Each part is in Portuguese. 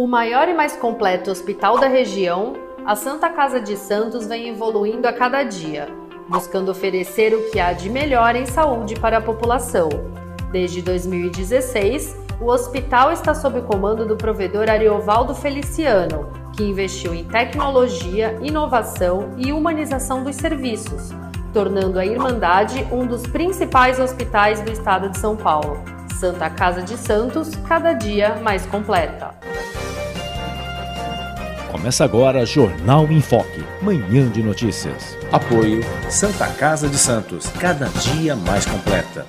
O maior e mais completo hospital da região, a Santa Casa de Santos vem evoluindo a cada dia, buscando oferecer o que há de melhor em saúde para a população. Desde 2016, o hospital está sob o comando do provedor Ariovaldo Feliciano, que investiu em tecnologia, inovação e humanização dos serviços, tornando a Irmandade um dos principais hospitais do estado de São Paulo. Santa Casa de Santos, cada dia mais completa. Começa agora Jornal em Foque, manhã de notícias. Apoio Santa Casa de Santos, cada dia mais completa.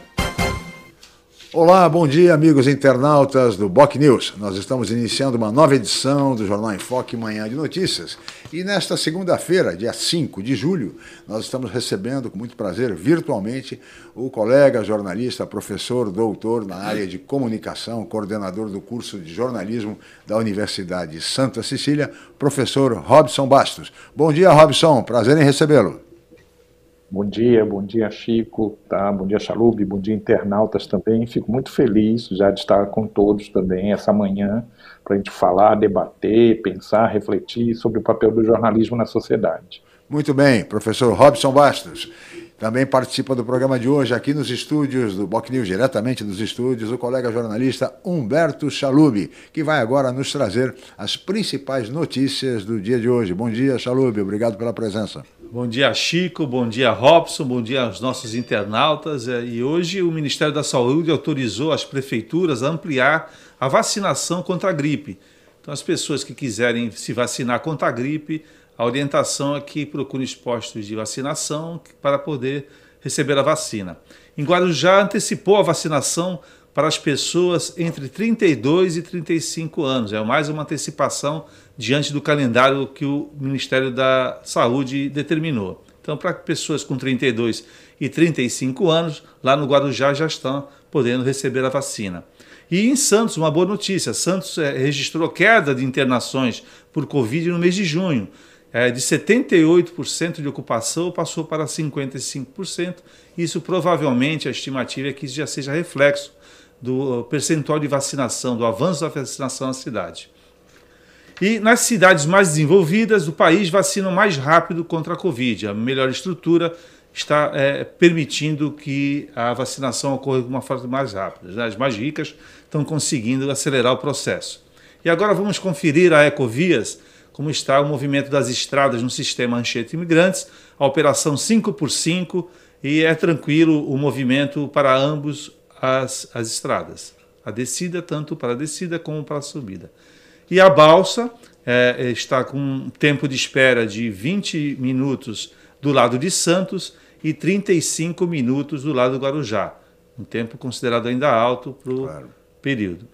Olá, bom dia, amigos internautas do Boc News. Nós estamos iniciando uma nova edição do Jornal em Foque, manhã de notícias. E nesta segunda-feira, dia 5 de julho, nós estamos recebendo com muito prazer, virtualmente, o colega jornalista, professor, doutor na área de comunicação, coordenador do curso de jornalismo da Universidade Santa Cecília, professor Robson Bastos. Bom dia, Robson, prazer em recebê-lo. Bom dia Chico, tá? Bom dia Chalub, bom dia internautas também. Fico muito feliz já de estar com todos também essa manhã para a gente falar, debater, pensar, refletir sobre o papel do jornalismo na sociedade. Muito bem, professor Robson Bastos. Também participa do programa de hoje aqui nos estúdios do Boc News, diretamente dos estúdios, o colega jornalista Humberto Chalub, que vai agora nos trazer as principais notícias do dia de hoje. Bom dia, Chalub, obrigado pela presença. Bom dia, Chico, bom dia, Robson, bom dia aos nossos internautas. E hoje o Ministério da Saúde autorizou as prefeituras a ampliar a vacinação contra a gripe. Então, as pessoas que quiserem se vacinar contra a gripe, a orientação é que procurem os postos de vacinação para poder receber a vacina. Em Guarujá, antecipou a vacinação para as pessoas entre 32 e 35 anos. É mais uma antecipação diante do calendário que o Ministério da Saúde determinou. Então, para pessoas com 32 e 35 anos, lá no Guarujá já estão podendo receber a vacina. E em Santos, uma boa notícia, Santos registrou queda de internações por Covid no mês de junho. De 78% de ocupação passou para 55%. Isso provavelmente, a estimativa é que isso já seja reflexo do percentual de vacinação, do avanço da vacinação na cidade. E nas cidades mais desenvolvidas, o país vacina mais rápido contra a Covid. A melhor estrutura está permitindo que a vacinação ocorra de uma forma mais rápida. As mais ricas estão conseguindo acelerar o processo. E agora vamos conferir a Ecovias, como está o movimento das estradas no sistema Anchieta Imigrantes, a operação 5x5, e é tranquilo o movimento para ambos as estradas. A descida, tanto para a descida como para a subida. E a balsa está com um tempo de espera de 20 minutos do lado de Santos e 35 minutos do lado do Guarujá. Um tempo considerado ainda alto para o período.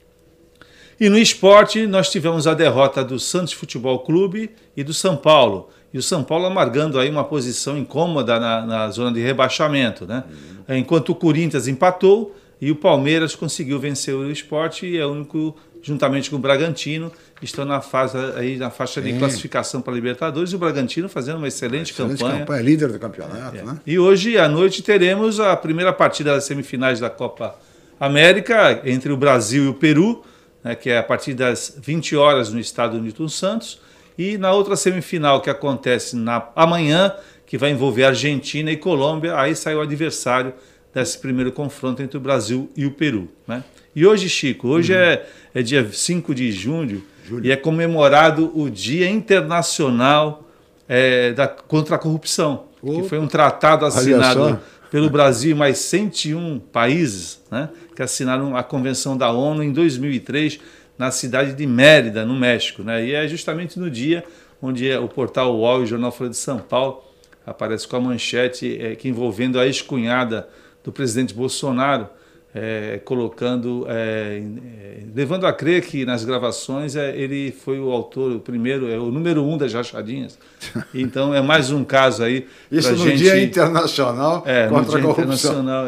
E no esporte, nós tivemos a derrota do Santos Futebol Clube e do São Paulo. E o São Paulo amargando aí uma posição incômoda na zona de rebaixamento, né? Enquanto o Corinthians empatou e o Palmeiras conseguiu vencer o Sport e é o único, juntamente com o Bragantino, estão na faixa de classificação para a Libertadores, e o Bragantino fazendo uma excelente campanha. Líder do campeonato, né? E hoje à noite teremos a primeira partida das semifinais da Copa América entre o Brasil e o Peru, né, que é a partir das 20 horas no estádio Newton Santos, e na outra semifinal que acontece amanhã, que vai envolver Argentina e Colômbia, aí sai o adversário desse primeiro confronto entre o Brasil e o Peru, né? E hoje, Chico, hoje é dia 5 de julho e é comemorado o Dia Internacional contra a Corrupção, que foi um tratado assinado pelo Brasil e mais 101 países, né, que assinaram a Convenção da ONU em 2003, na cidade de Mérida, no México, né? E é justamente no dia onde o portal UOL e o Jornal Folha de São Paulo aparece com a manchete que envolvendo a ex-cunhada do presidente Bolsonaro, colocando, levando a crer que nas gravações ele foi o autor, o primeiro, o número 1 das rachadinhas. Então é mais um caso aí. Isso no Dia Internacional contra a Corrupção. Internacional,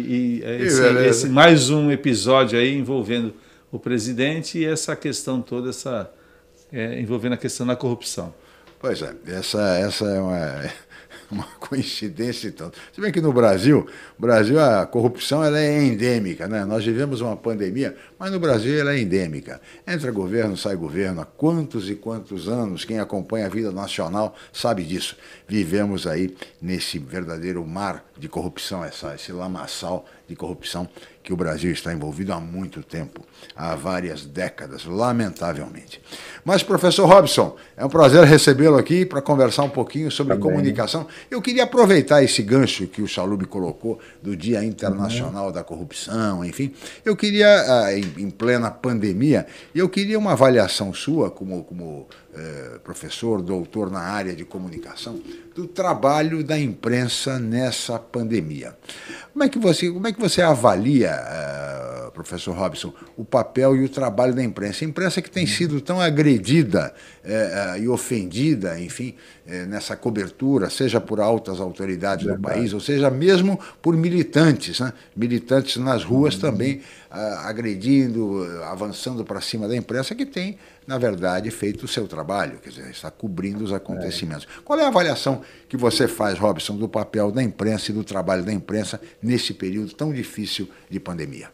esse mais um episódio aí envolvendo o presidente e essa questão toda, envolvendo a questão da corrupção. Pois é, essa é uma coincidência e tanto. Se bem que no Brasil a corrupção ela é endêmica, né? Nós vivemos uma pandemia, mas no Brasil ela é endêmica. Entra governo, sai governo, há quantos e quantos anos, quem acompanha a vida nacional sabe disso. Vivemos aí nesse verdadeiro mar de corrupção, esse lamaçal de corrupção que o Brasil está envolvido há muito tempo, há várias décadas, lamentavelmente. Mas, professor Robson, é um prazer recebê-lo aqui para conversar um pouquinho sobre comunicação. Eu queria aproveitar esse gancho que o Chalub colocou do Dia Internacional da Corrupção, enfim. Eu queria, em plena pandemia, eu queria uma avaliação sua como professor, doutor na área de comunicação, do trabalho da imprensa nessa pandemia. Como é que você avalia, professor Robson, o papel e o trabalho da imprensa? A imprensa que tem sido tão agredida e ofendida, enfim, nessa cobertura, seja por altas autoridades do país, ou seja, mesmo por militantes, né? Militantes nas ruas também agredindo, avançando para cima da imprensa, que tem, na verdade, feito o seu trabalho, quer dizer, está cobrindo os acontecimentos. Qual é a avaliação que você faz, Robson, do papel da imprensa e do trabalho da imprensa nesse período tão difícil de pandemia?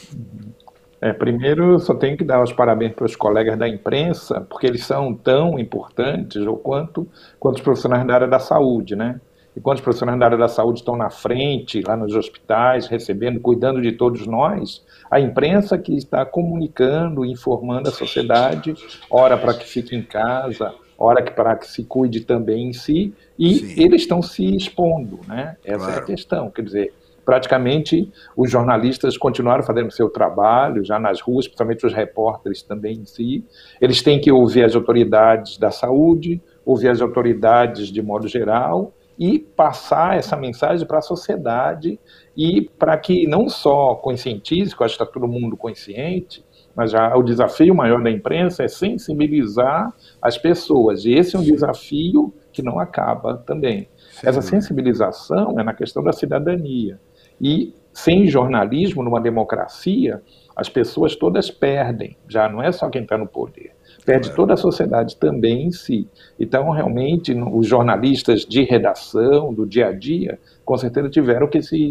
Primeiro, só tenho que dar os parabéns para os colegas da imprensa, porque eles são tão importantes ou quanto os profissionais da área da saúde, né? E quando os profissionais da área da saúde estão na frente, lá nos hospitais, recebendo, cuidando de todos nós, a imprensa que está comunicando, informando a sociedade, ora para que fique em casa, ora para que se cuide também em si, e Sim. Eles estão se expondo, né? Essa é a questão, quer dizer, praticamente os jornalistas continuaram fazendo o seu trabalho, já nas ruas, principalmente os repórteres também em si, eles têm que ouvir as autoridades da saúde, ouvir as autoridades de modo geral, e passar essa mensagem para a sociedade e para que não só conscientize, que eu acho que está todo mundo consciente, mas já o desafio maior da imprensa é sensibilizar as pessoas, e esse é um desafio que não acaba também. Essa sensibilização é na questão da cidadania, e sem jornalismo numa democracia, as pessoas todas perdem, já não é só quem está no poder. Perde toda a sociedade também em si. Então, realmente, os jornalistas de redação, do dia a dia, com certeza tiveram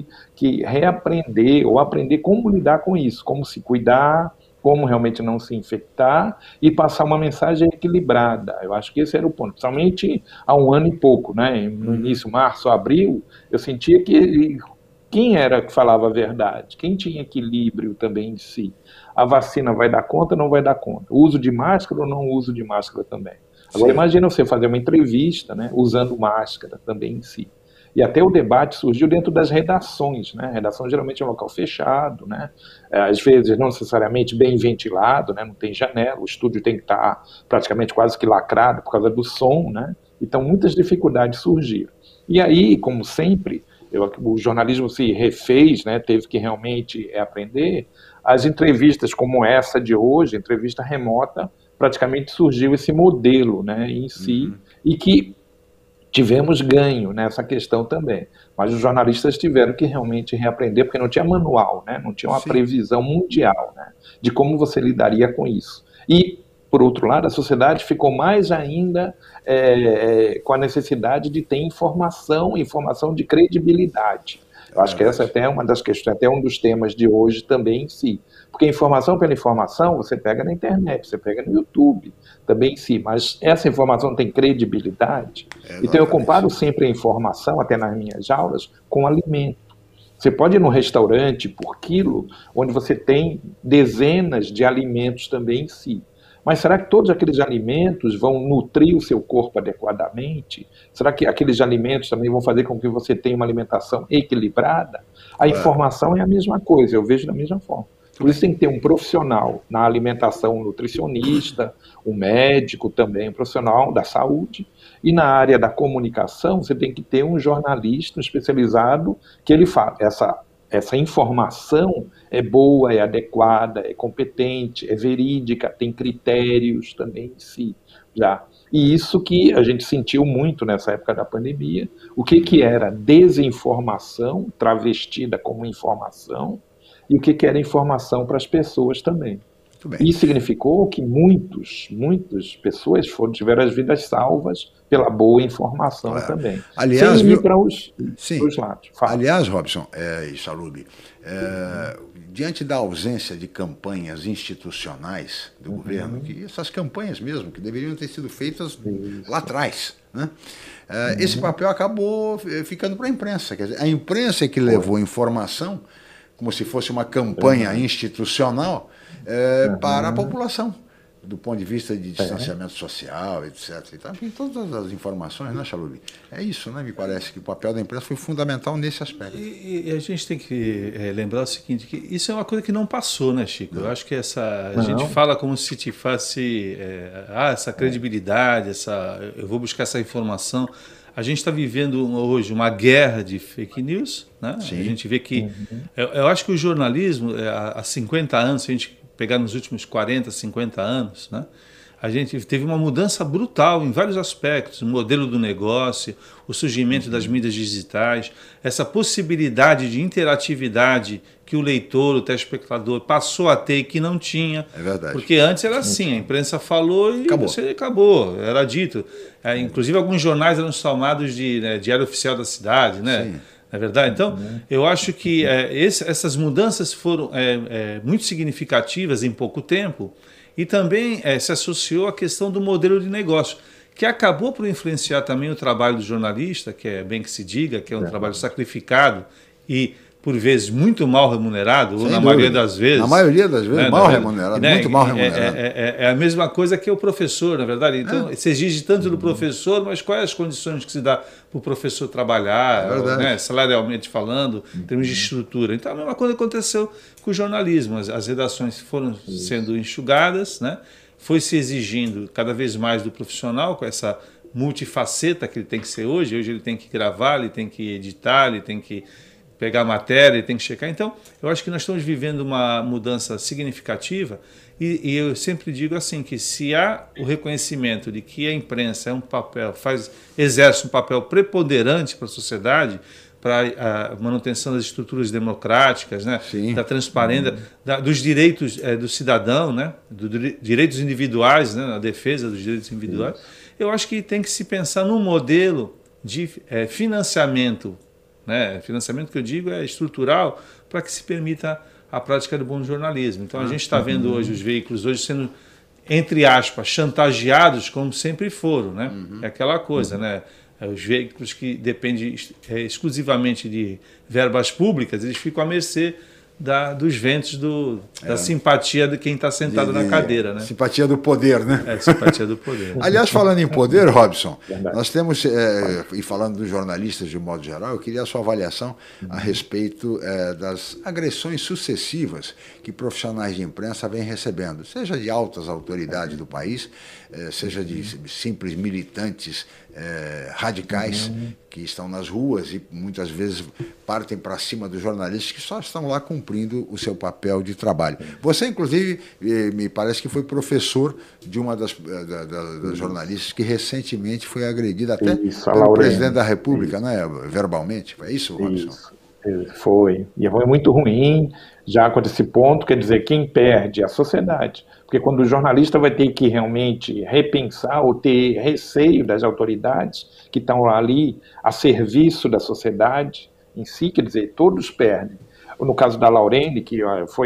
que reaprender ou aprender como lidar com isso, como se cuidar, como realmente não se infectar e passar uma mensagem equilibrada. Eu acho que esse era o ponto. Principalmente há um ano e pouco, né? No início, março, abril, eu sentia que quem era que falava a verdade? Quem tinha equilíbrio também em si? A vacina vai dar conta ou não vai dar conta? O uso de máscara ou não uso de máscara também? Agora, imagina você fazer uma entrevista, né, usando máscara também em si. E até o debate surgiu dentro das redações, né? A redação geralmente é um local fechado, né? Às vezes não necessariamente bem ventilado, né? Não tem janela, o estúdio tem que estar praticamente quase que lacrado por causa do som, né? Então muitas dificuldades surgiram. E aí, como sempre, o jornalismo se refez, né? Teve que realmente aprender. As entrevistas como essa de hoje, entrevista remota, praticamente surgiu esse modelo, né, em si, e que tivemos ganho nessa questão também. Mas os jornalistas tiveram que realmente reaprender, porque não tinha manual, né, não tinha uma previsão mundial, né, de como você lidaria com isso. E, por outro lado, a sociedade ficou mais ainda com a necessidade de ter informação de credibilidade. Eu acho que essa é até uma das questões, até um dos temas de hoje também em si. Porque informação pela informação você pega na internet, você pega no YouTube também em si, mas essa informação tem credibilidade. Então eu comparo sempre a informação, até nas minhas aulas, com alimento. Você pode ir num restaurante por quilo, onde você tem dezenas de alimentos também em si. Mas será que todos aqueles alimentos vão nutrir o seu corpo adequadamente? Será que aqueles alimentos também vão fazer com que você tenha uma alimentação equilibrada? A informação é a mesma coisa, eu vejo da mesma forma. Por isso tem que ter um profissional na alimentação, um nutricionista, um médico também, um profissional da saúde. E na área da comunicação, você tem que ter um jornalista especializado que ele fala, essa informação é boa, é adequada, é competente, é verídica, tem critérios também em si, já. E isso que a gente sentiu muito nessa época da pandemia, o que era desinformação, travestida como informação, e o que era informação para as pessoas também. Muito bem. E significou que muitas pessoas tiveram as vidas salvas pela boa informação também. Aliás, sem ir para os lados. Aliás, Robson e Salub, diante da ausência de campanhas institucionais do governo, que essas campanhas mesmo, que deveriam ter sido feitas lá atrás, né? Esse papel acabou ficando para a imprensa. Quer dizer, a imprensa é que levou informação, como se fosse uma campanha institucional, para a população, do ponto de vista de distanciamento social, etc. Então, tem todas as informações, né, Chalubi? É isso, né? Me parece que o papel da imprensa foi fundamental nesse aspecto. E a gente tem que lembrar o seguinte, que isso é uma coisa que não passou, né, Chico? Eu acho que a gente fala como se te fosse essa credibilidade, eu vou buscar essa informação. A gente está vivendo hoje uma guerra de fake news, né? Sim. A gente vê que... Eu acho que o jornalismo, há 50 anos, se a gente pegar nos últimos 40, 50 anos, né? A gente teve uma mudança brutal em vários aspectos, o modelo do negócio, o surgimento das mídias digitais, essa possibilidade de interatividade que o leitor, o telespectador passou a ter e que não tinha. É verdade. Porque antes era assim, a imprensa falou e acabou, era dito. Inclusive alguns jornais eram chamados de Diário Oficial da Cidade, né? Sim. É verdade? Então, eu acho que essas mudanças foram muito significativas em pouco tempo e também se associou à questão do modelo de negócio, que acabou por influenciar também o trabalho do jornalista, que é bem que se diga, que é um trabalho sacrificado e, por vezes, muito mal remunerado, ou na maioria das vezes. Na maioria das vezes, mal remunerado, muito mal remunerado. É a mesma coisa que o professor, na verdade. Então, se exige tanto do professor, mas quais as condições que se dá para o professor trabalhar, salarialmente falando, em termos de estrutura. Então, a mesma coisa aconteceu com o jornalismo. As redações foram sendo enxugadas, né? Foi se exigindo cada vez mais do profissional, com essa multifaceta que ele tem que ser hoje. Hoje ele tem que gravar, ele tem que editar, ele tem que pegar a matéria, ele tem que checar. Então, eu acho que nós estamos vivendo uma mudança significativa e eu sempre digo assim, que se há o reconhecimento de que a imprensa exerce um papel preponderante para a sociedade, para a manutenção das estruturas democráticas, né? Da transparência, dos direitos do cidadão, né? Dos direitos individuais, né? A defesa dos direitos individuais, eu acho que tem que se pensar num modelo de financiamento, né? Financiamento que eu digo é estrutural, para que se permita a prática do bom jornalismo. Então a gente está vendo hoje os veículos hoje sendo, entre aspas, chantageados como sempre foram, né? É aquela coisa, né? Os veículos que dependem exclusivamente de verbas públicas, eles ficam à mercê dos ventos da simpatia de quem está sentado na cadeira, né? Simpatia do poder, né? Simpatia do poder. Aliás, falando em poder, Robson, nós temos, e falando dos jornalistas de um modo geral, eu queria a sua avaliação a respeito das agressões sucessivas que profissionais de imprensa vêm recebendo, seja de altas autoridades do país, seja de simples militantes radicais que estão nas ruas e muitas vezes partem para cima dos jornalistas que só estão lá cumprindo o seu papel de trabalho. Você, inclusive, me parece que foi professor de uma das jornalistas que recentemente foi agredida até pelo presidente da República, né, verbalmente. Foi isso, Robson? Isso. Foi. E foi muito ruim, já com esse ponto, quer dizer, quem perde é a sociedade. Porque quando o jornalista vai ter que realmente repensar ou ter receio das autoridades que estão ali a serviço da sociedade em si, quer dizer, todos perdem. No caso da Laurene, que foi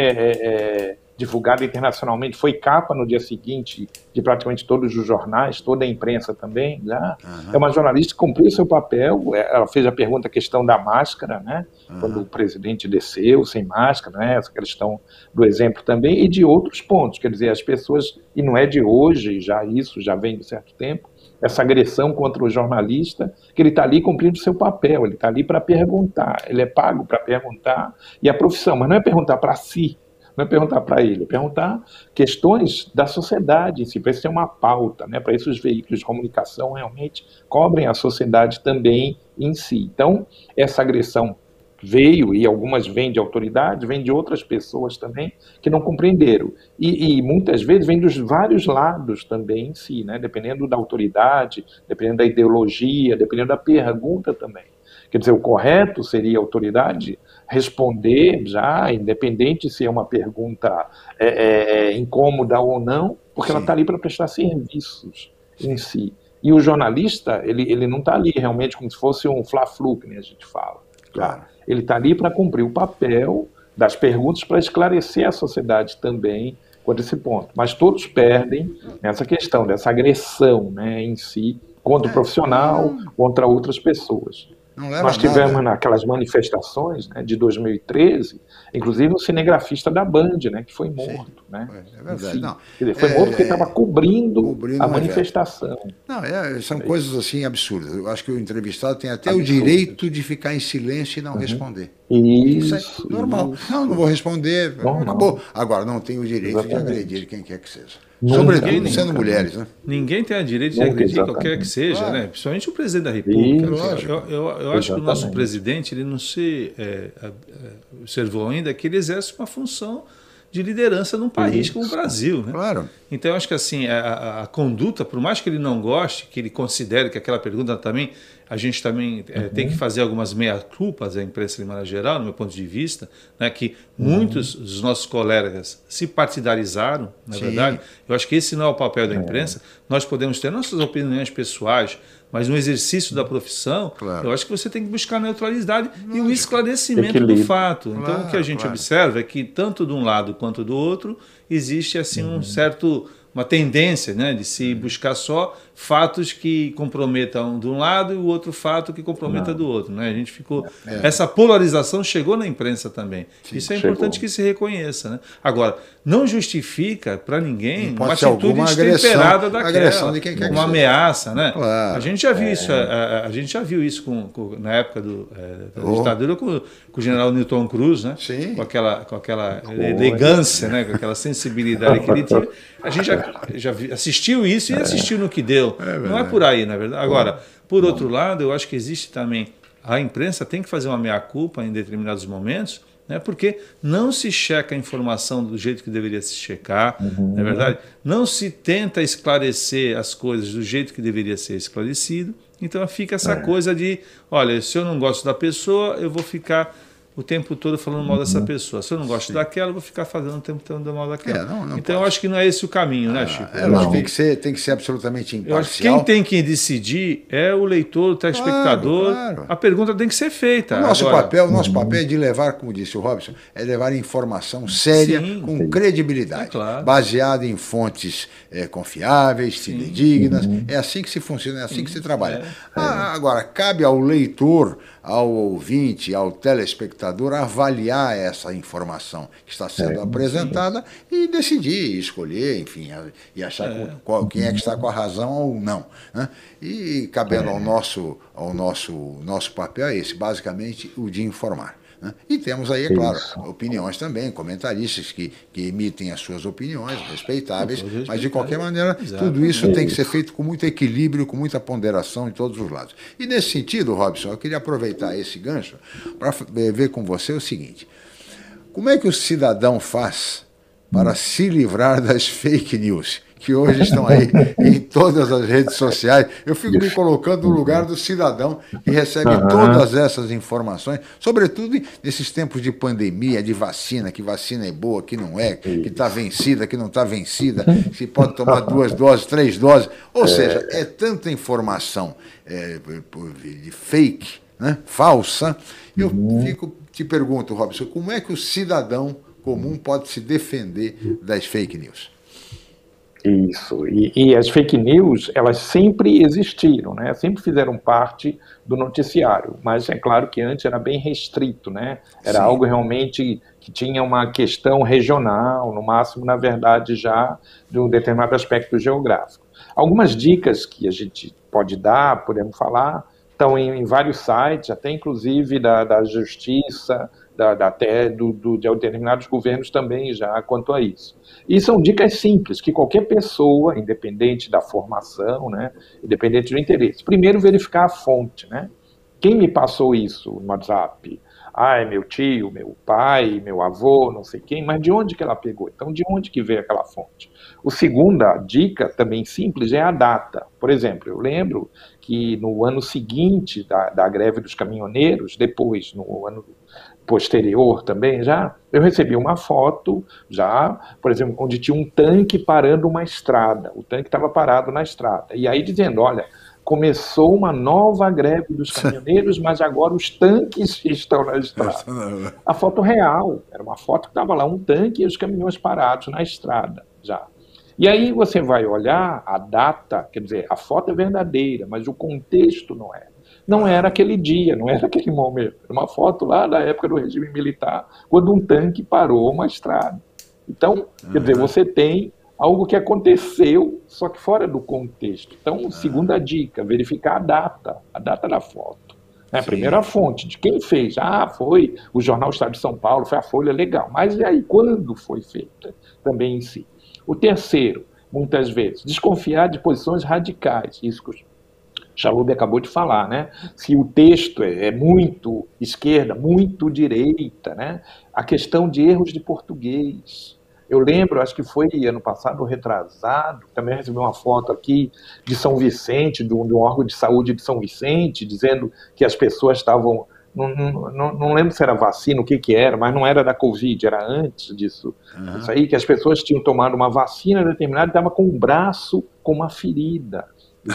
até divulgada internacionalmente, foi capa no dia seguinte de praticamente todos os jornais, toda a imprensa também. Né? É uma jornalista que cumpriu seu papel, ela fez a pergunta, a questão da máscara, né? Quando o presidente desceu sem máscara, né? Essa questão do exemplo também, e de outros pontos, quer dizer, as pessoas, e não é de hoje, isso já vem de certo tempo, essa agressão contra o jornalista, que ele está ali cumprindo seu papel, ele está ali para perguntar, ele é pago para perguntar, e a profissão, mas não é perguntar para si, não é perguntar para ele, é perguntar questões da sociedade em si, para isso ter uma pauta, né? Para isso os veículos de comunicação realmente cobrem a sociedade também em si. Então, essa agressão veio, e algumas vêm de autoridade, vêm de outras pessoas também que não compreenderam. E muitas vezes vem dos vários lados também em si, né? Dependendo da autoridade, dependendo da ideologia, dependendo da pergunta também. Quer dizer, o correto seria a autoridade responder já, independente se é uma pergunta incômoda ou não, porque ela está ali para prestar serviços em si. E o jornalista, ele não está ali realmente como se fosse um fla-flu, que nem a gente fala. Claro. Ele está ali para cumprir o papel das perguntas, para esclarecer a sociedade também quanto a esse ponto. Mas todos perdem nessa questão dessa agressão, né, em si, contra o profissional, contra outras pessoas. Nós tivemos naquelas manifestações, né, de 2013, inclusive um cinegrafista da Band, né, que foi morto. Né, é verdade. Não, quer dizer, foi morto porque estava cobrindo a manifestação. Não, são coisas assim absurdas. Eu acho que o entrevistado tem até o direito de ficar em silêncio e não responder. Isso é normal. Isso. Não vou responder. Acabou. Agora, não tem o direito de agredir quem quer que seja. Sobretudo sendo mulheres, né? Ninguém tem o direito de agredir qualquer que seja, né? Principalmente o presidente da República. Eu acho que o nosso presidente, ele não se observou ainda que ele exerce uma função de liderança num país como o Brasil, né? Claro. Então, eu acho que assim, a conduta, por mais que ele não goste, que ele considere que aquela pergunta também, a gente também tem que fazer algumas meia-culpas, a imprensa de maneira geral, no meu ponto de vista, né, que muitos dos nossos colegas se partidarizaram, na verdade. Eu acho que esse não é o papel da imprensa. Nós podemos ter nossas opiniões pessoais, mas no exercício da profissão, eu acho que você tem que buscar a neutralidade e o esclarecimento do fato. Então, o que a gente observa é que, tanto de um lado quanto do outro, existe assim uma tendência, né, de se buscar só fatos que comprometam de um lado e o outro fato que comprometa do outro. Né? A gente ficou... Essa polarização chegou na imprensa também. Isso é importante que se reconheça. Né? Agora, não justifica para ninguém uma atitude destemperada daquela, de quem quer uma ameaça. Né? Claro. A gente já viu isso, a gente já viu isso na época da ditadura com o general Newton Cruz, né? Sim. Com aquela elegância, né? Com aquela sensibilidade que ele tinha. A gente já assistiu isso e assistiu no que deu. Não é por aí, na verdade. Agora, por outro lado, eu acho que existe também... A imprensa tem que fazer uma meia-culpa em determinados momentos, né, porque não se checa a informação do jeito que deveria se checar, não é verdade? Não se tenta esclarecer as coisas do jeito que deveria ser esclarecido. Então fica essa coisa de, olha, se eu não gosto da pessoa, eu vou ficar o tempo todo falando mal dessa pessoa. Se eu não gosto daquela, eu vou ficar fazendo o tempo todo mal daquela. Então eu acho que não é esse o caminho, né, Chico? Tem que ser absolutamente imparcial. Eu acho que quem tem que decidir é o leitor, o telespectador. Claro. A pergunta tem que ser feita. O nosso papel é de levar, como disse o Robson, é levar informação séria, com credibilidade, baseada em fontes confiáveis, fidedignas. É assim que se funciona, é assim que se trabalha. Agora, cabe ao leitor, ao ouvinte, ao telespectador, avaliar essa informação que está sendo apresentada e decidir, escolher, enfim, e achar quem é que está com a razão ou não. Né? E cabendo ao nosso papel é esse, basicamente o de informar. Né? E temos aí, é claro, opiniões também, comentaristas que emitem as suas opiniões, respeitáveis, mas de qualquer maneira, tudo isso tem que ser feito com muito equilíbrio, com muita ponderação de todos os lados. E nesse sentido, Robson, eu queria aproveitar esse gancho para ver com você o seguinte: como é que o cidadão faz para se livrar das fake news, que hoje estão aí em todas as redes sociais? Eu fico me colocando no lugar do cidadão que recebe todas essas informações, sobretudo nesses tempos de pandemia, de vacina, que vacina é boa, que não é, que está vencida, que não está vencida, se pode tomar 2 doses, 3 doses. Ou seja, é tanta informação de fake, né, falsa. Eu te pergunto, Robson, como é que o cidadão comum pode se defender das fake news? Isso, e as fake news, elas sempre existiram, né? Sempre fizeram parte do noticiário, mas é claro que antes era bem restrito, né? Era algo realmente que tinha uma questão regional, no máximo, na verdade, já de um determinado aspecto geográfico. Algumas dicas que a gente pode dar, podemos falar, estão em vários sites, até inclusive da Justiça, de determinados governos também já quanto a isso. E são dicas simples, que qualquer pessoa, independente da formação, né, independente do interesse, primeiro verificar a fonte, né? Quem me passou isso no WhatsApp? É meu tio, meu pai, meu avô, não sei quem, mas de onde que ela pegou? Então, de onde que veio aquela fonte? A segunda dica, também simples, é a data. Por exemplo, eu lembro que no ano seguinte da greve dos caminhoneiros, depois, no ano posterior também, eu recebi uma foto, por exemplo, onde tinha um tanque parando uma estrada. O tanque estava parado na estrada. E aí dizendo, olha, começou uma nova greve dos caminhoneiros, mas agora os tanques estão na estrada. A foto real, era uma foto que estava lá, um tanque e os caminhões parados na estrada já. E aí você vai olhar a data, quer dizer, a foto é verdadeira, mas o contexto não é. Não era aquele dia, não era aquele momento. Era uma foto lá da época do regime militar, quando um tanque parou uma estrada. Então, quer dizer, você tem algo que aconteceu, só que fora do contexto. Então, segunda dica, verificar a data da foto. Primeiro a fonte, de quem fez. Foi o Jornal Estado de São Paulo, foi a Folha, legal. Mas e aí, quando foi feita? Também em si. O terceiro, muitas vezes, desconfiar de posições radicais. Isso que o Chalub acabou de falar, né? Se o texto é muito esquerda, muito direita, né? A questão de erros de português. Eu lembro, acho que foi ano passado, retrasado, também recebi uma foto aqui de São Vicente, de um órgão de saúde de São Vicente, dizendo que as pessoas estavam... Não lembro se era vacina, o que era, mas não era da Covid, era antes disso. Isso aí, que as pessoas tinham tomado uma vacina determinada e estavam com o braço com uma ferida.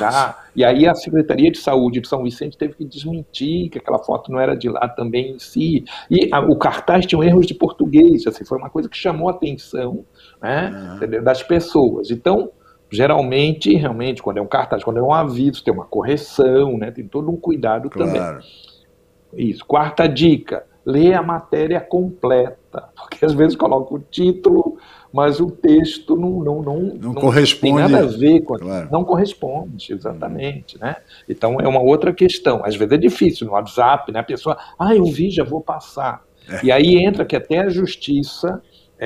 E aí a Secretaria de Saúde de São Vicente teve que desmentir que aquela foto não era de lá também em si. E o cartaz tinha erros de português, assim, foi uma coisa que chamou a atenção, né, das pessoas. Então, geralmente, realmente, quando é um cartaz, quando é um aviso, tem uma correção, né, tem todo um cuidado também. Isso. Quarta dica, lê a matéria completa, porque às vezes coloca o título, mas o texto não corresponde. Tem nada a ver com... Não corresponde, exatamente, né? Então é uma outra questão. Às vezes é difícil no WhatsApp, né? A pessoa, eu vi, já vou passar. E aí entra que até a Justiça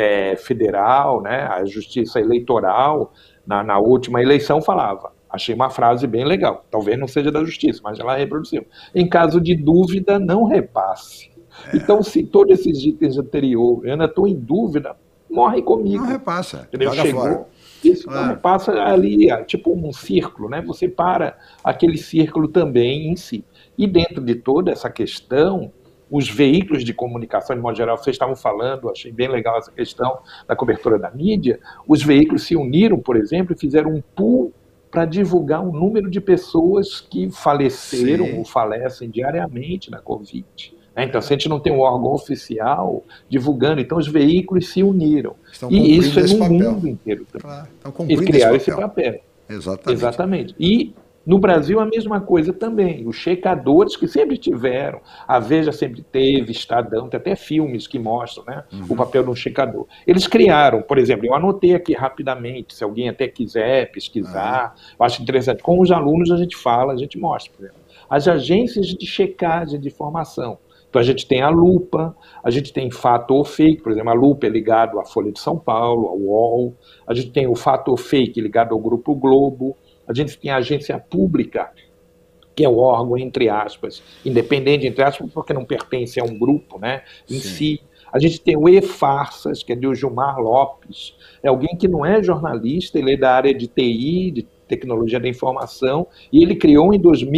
Federal, né? A Justiça Eleitoral, na última eleição falava, achei uma frase bem legal, talvez não seja da Justiça, mas ela reproduziu. Em caso de dúvida, não repasse. Então, se todos esses itens anteriores, eu ainda estou em dúvida, morre comigo. Não repassa. Chegou, isso não repassa ali, tipo um círculo, né? Você para aquele círculo também em si. E dentro de toda essa questão, os veículos de comunicação, de modo geral, vocês estavam falando, achei bem legal essa questão da cobertura da mídia, os veículos se uniram, por exemplo, e fizeram um pool para divulgar o número de pessoas que faleceram ou falecem diariamente na Covid. Então, se a gente não tem um órgão oficial divulgando, então os veículos se uniram. E isso é no mundo inteiro também. Eles criaram esse papel. Exatamente. E no Brasil a mesma coisa também. Os checadores que sempre tiveram, a Veja sempre teve, Estadão, tem até filmes que mostram, né, o papel de um checador. Eles criaram, por exemplo, eu anotei aqui rapidamente, se alguém até quiser pesquisar, eu acho interessante. Com os alunos a gente fala, a gente mostra, por exemplo. As agências de checagem de informação. Então a gente tem a Lupa, a gente tem Fato ou Fake, por exemplo, a Lupa é ligado à Folha de São Paulo, ao UOL, a gente tem o Fato ou Fake ligado ao Grupo Globo, a gente tem a agência pública, que é o órgão, entre aspas, independente, entre aspas, porque não pertence a um grupo, né, em si. A gente tem o E-Farsas, que é do Gilmar Lopes, é alguém que não é jornalista, ele é da área de TI, de Tecnologia da Informação, e ele criou em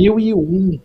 2001,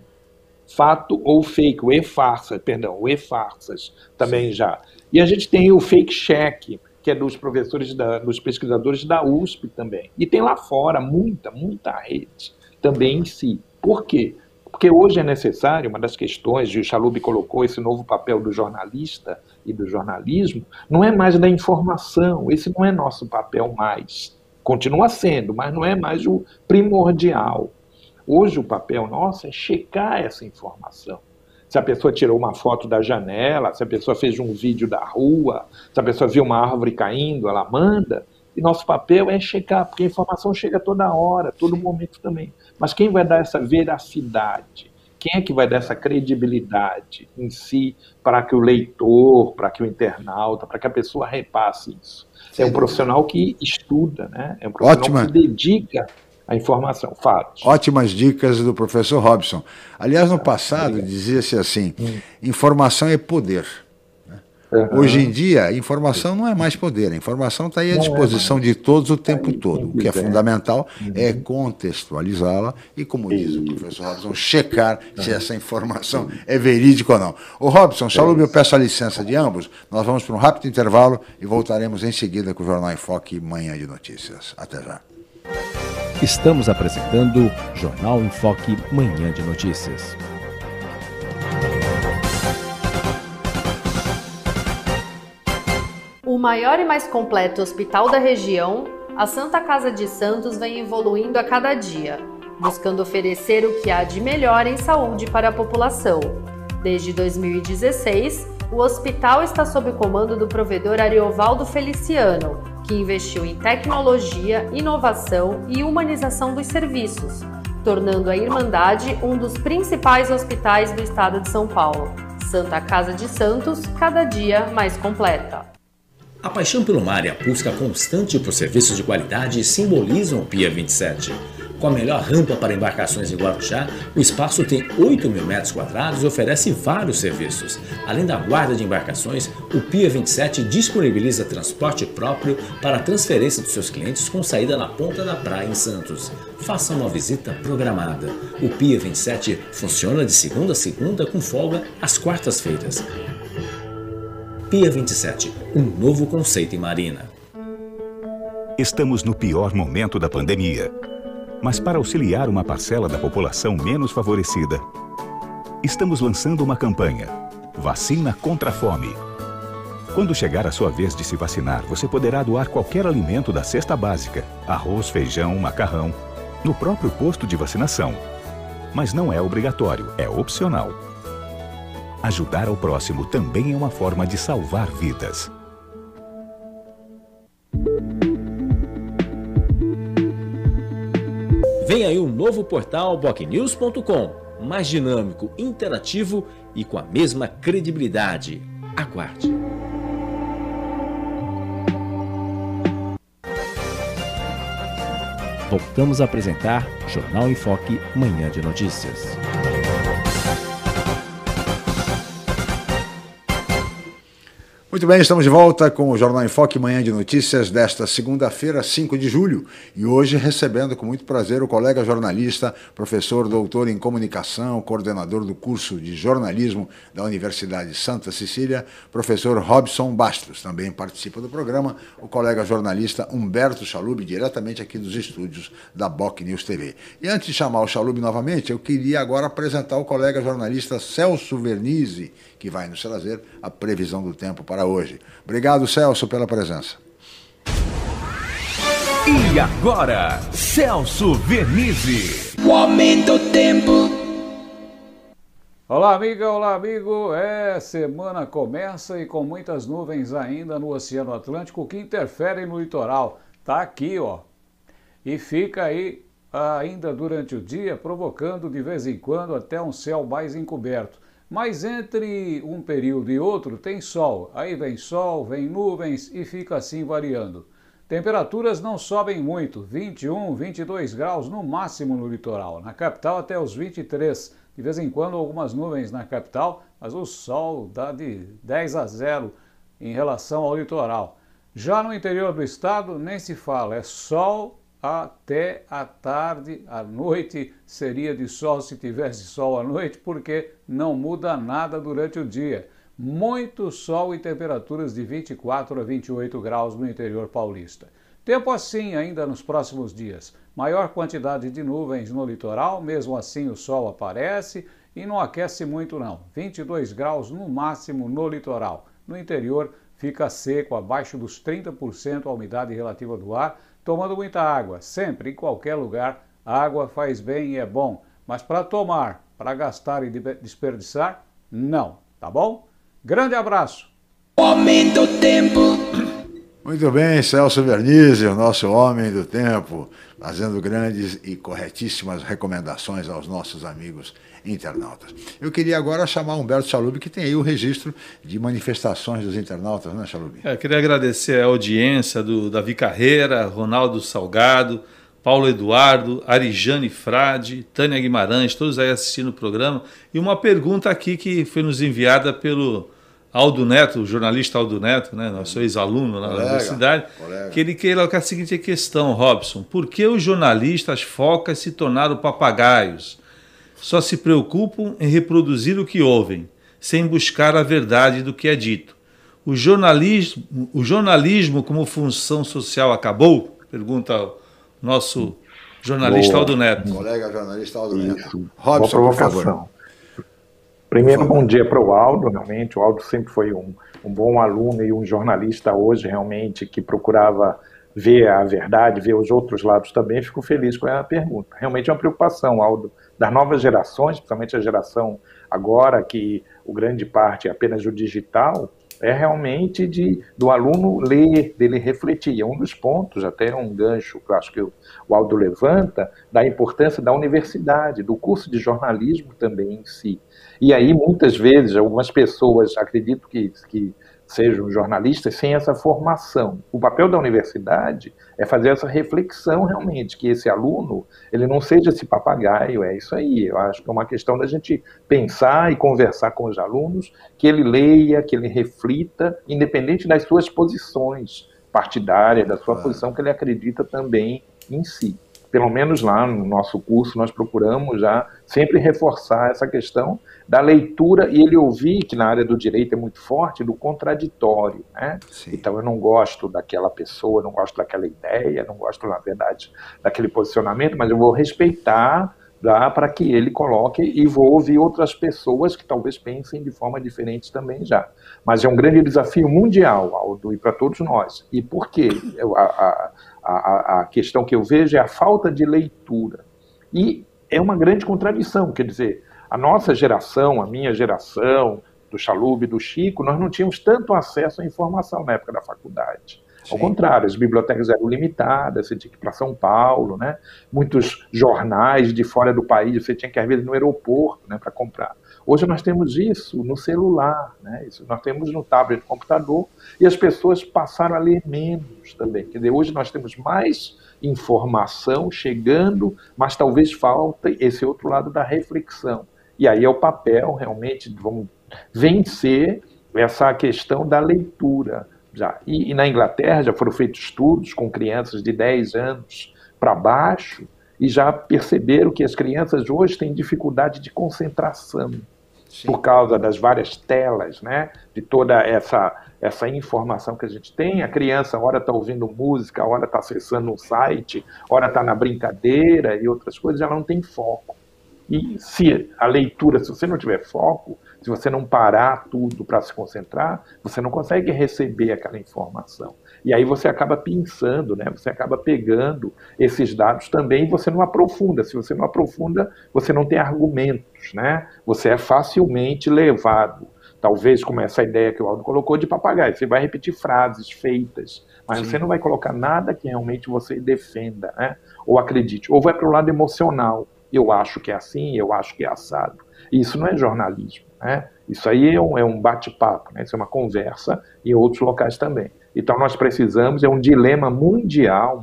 Fato ou Fake, o E-Farsas, o E-Farsas também já. E a gente tem o Fake Check, que é dos professores, dos pesquisadores da USP também. E tem lá fora muita rede também em si. Por quê? Porque hoje é necessário, uma das questões, e o Chalub colocou esse novo papel do jornalista e do jornalismo, não é mais da informação, esse não é nosso papel mais. Continua sendo, mas não é mais o primordial. Hoje o papel nosso é checar essa informação. Se a pessoa tirou uma foto da janela, se a pessoa fez um vídeo da rua, se a pessoa viu uma árvore caindo, ela manda. E nosso papel é checar, porque a informação chega toda hora, todo momento também. Mas quem vai dar essa veracidade? Quem é que vai dar essa credibilidade em si para que o leitor, para que o internauta, para que a pessoa repasse isso? É um profissional que estuda, né? É um profissional que se dedica a informação, fatos. Ótimas dicas do professor Robson. Aliás, no passado dizia-se assim, informação é poder. Hoje em dia, a informação não é mais poder, a informação está aí à disposição de todos o tempo todo. O que é fundamental é contextualizá-la e, como diz o professor Robson, checar se essa informação é verídica ou não. Ô Robson, Chalub, eu peço a licença de ambos, nós vamos para um rápido intervalo e voltaremos em seguida com o Jornal em Foque Manhã de Notícias. Até já. Estamos apresentando Jornal em Foque Manhã de Notícias. O maior e mais completo hospital da região, a Santa Casa de Santos vem evoluindo a cada dia, buscando oferecer o que há de melhor em saúde para a população. Desde 2016, o hospital está sob o comando do provedor Ariovaldo Feliciano, que investiu em tecnologia, inovação e humanização dos serviços, tornando a Irmandade um dos principais hospitais do estado de São Paulo. Santa Casa de Santos, cada dia mais completa. A paixão pelo mar e a busca constante por serviços de qualidade simbolizam o Pia 27. Com a melhor rampa para embarcações em Guarujá, o espaço tem 8.000 metros quadrados e oferece vários serviços. Além da guarda de embarcações, o Pia 27 disponibiliza transporte próprio para a transferência dos seus clientes com saída na ponta da praia em Santos. Faça uma visita programada. O Pia 27 funciona de segunda a segunda com folga às quartas-feiras. Pia 27, um novo conceito em marina. Estamos no pior momento da pandemia. Mas para auxiliar uma parcela da população menos favorecida, estamos lançando uma campanha: Vacina contra a Fome. Quando chegar a sua vez de se vacinar, você poderá doar qualquer alimento da cesta básica, arroz, feijão, macarrão, no próprio posto de vacinação. Mas não é obrigatório, é opcional. Ajudar ao próximo também é uma forma de salvar vidas. Vem aí um novo portal bocnews.com, mais dinâmico, interativo e com a mesma credibilidade. Aguarde. Voltamos a apresentar Jornal em Foque Manhã de Notícias. Muito bem, estamos de volta com o Jornal em Foque Manhã de Notícias desta segunda-feira, 5 de julho, e hoje recebendo com muito prazer o colega jornalista, professor doutor em comunicação, coordenador do curso de jornalismo da Universidade Santa Cecília, professor Robson Bastos. Também participa do programa o colega jornalista Humberto Chalub, diretamente aqui dos estúdios da Boc News TV. E antes de chamar o Chalub novamente, eu queria agora apresentar o colega jornalista Celso Vernizzi, que vai nos trazer a previsão do tempo para hoje. Obrigado, Celso, pela presença. E agora, Celso Vernizzi. O Aumento do Tempo. Olá, amiga, olá, amigo. Semana começa e com muitas nuvens ainda no Oceano Atlântico que interferem no litoral. Tá aqui, ó. E fica aí ainda durante o dia, provocando de vez em quando até um céu mais encoberto. Mas entre um período e outro tem sol, aí vem sol, vem nuvens e fica assim variando. Temperaturas não sobem muito, 21, 22 graus no máximo no litoral, na capital até os 23. De vez em quando algumas nuvens na capital, mas o sol dá de 10 a 0 em relação ao litoral. Já no interior do estado nem se fala, é sol até a tarde, à noite seria de sol se tivesse sol à noite, porque não muda nada durante o dia. Muito sol e temperaturas de 24 a 28 graus no interior paulista. Tempo assim ainda nos próximos dias. Maior quantidade de nuvens no litoral, mesmo assim o sol aparece e não aquece muito não. 22 graus no máximo no litoral. No interior fica seco, abaixo dos 30% a umidade relativa do ar, tomando muita água, sempre, em qualquer lugar, a água faz bem e é bom. Mas para tomar, para gastar e desperdiçar, não, tá bom? Grande abraço! Aumenta o tempo. Muito bem, Celso Vernizzi, o nosso homem do tempo, fazendo grandes e corretíssimas recomendações aos nossos amigos internautas. Eu queria agora chamar Humberto Chalub, que tem aí o registro de manifestações dos internautas, né, Chalub? Queria agradecer a audiência do Davi Carreira, Ronaldo Salgado, Paulo Eduardo, Arijane Frade, Tânia Guimarães, todos aí assistindo o programa. E uma pergunta aqui que foi nos enviada pelo Aldo Neto, o jornalista Aldo Neto, né, nosso ex-aluno na universidade, que ele coloca a seguinte questão, Robson: por que os jornalistas focas se tornaram papagaios? Só se preocupam em reproduzir o que ouvem, sem buscar a verdade do que é dito. O jornalismo como função social acabou? Pergunta o nosso jornalista Aldo Neto. Colega jornalista Aldo Neto. Robson, por favor. Primeiro, bom dia para o Aldo, realmente. O Aldo sempre foi um bom aluno e um jornalista hoje, realmente, que procurava ver a verdade, ver os outros lados também. Fico feliz com a pergunta. Realmente é uma preocupação, Aldo, das novas gerações, principalmente a geração agora, que o grande parte é apenas o digital, é realmente do aluno ler, dele refletir. É um dos pontos, até um gancho que eu acho que o Aldo levanta, da importância da universidade, do curso de jornalismo também em si. E aí, muitas vezes, algumas pessoas acredito que sejam jornalistas sem essa formação. O papel da universidade é fazer essa reflexão realmente, que esse aluno, ele não seja esse papagaio, é isso aí. Eu acho que é uma questão da gente pensar e conversar com os alunos, que ele leia, que ele reflita, independente das suas posições partidárias, da sua posição que ele acredita também em si. Pelo menos lá no nosso curso nós procuramos já sempre reforçar essa questão da leitura e ele ouvir, que na área do direito é muito forte, do contraditório, né? Então eu não gosto daquela pessoa, não gosto daquela ideia, não gosto, na verdade, daquele posicionamento, mas eu vou respeitar para que ele coloque e vou ouvir outras pessoas que talvez pensem de forma diferente também já. Mas é um grande desafio mundial, Aldo, e para todos nós. E por quê? A questão que eu vejo é a falta de leitura. E é uma grande contradição, quer dizer, a nossa geração, a minha geração, do Chalub, do Chico, nós não tínhamos tanto acesso à informação na época da faculdade. Ao contrário, as bibliotecas eram limitadas, você tinha que ir para São Paulo, né? Muitos jornais de fora do país, você tinha que, às vezes, ir no aeroporto, né, para comprar. Hoje nós temos isso no celular, né? Isso nós temos no tablet, no computador, e as pessoas passaram a ler menos também. Quer dizer, hoje nós temos mais informação chegando, mas talvez falte esse outro lado da reflexão. E aí é o papel, realmente, vamos vencer essa questão da leitura. Já. E na Inglaterra já foram feitos estudos com crianças de 10 anos para baixo e já perceberam que as crianças hoje têm dificuldade de concentração. Sim. Por causa das várias telas, né? De toda essa informação que a gente tem. A criança, ora está ouvindo música, ora está acessando um site, ora está na brincadeira e outras coisas, ela não tem foco. E se a leitura, se você não tiver foco, se você não parar tudo para se concentrar, você não consegue receber aquela informação. E aí você acaba pensando, né? Você acaba pegando esses dados também e você não aprofunda. Se você não aprofunda, você não tem argumentos, né? Você é facilmente levado, talvez como essa ideia que o Aldo colocou, de papagaio. Você vai repetir frases feitas, mas você não vai colocar nada que realmente você defenda, né? Ou acredite. Ou vai para o lado emocional. Eu acho que é assim, eu acho que é assado. Isso não é jornalismo, né? Isso aí é um bate-papo, né? Isso é uma conversa em outros locais também. Então nós precisamos, é um dilema mundial,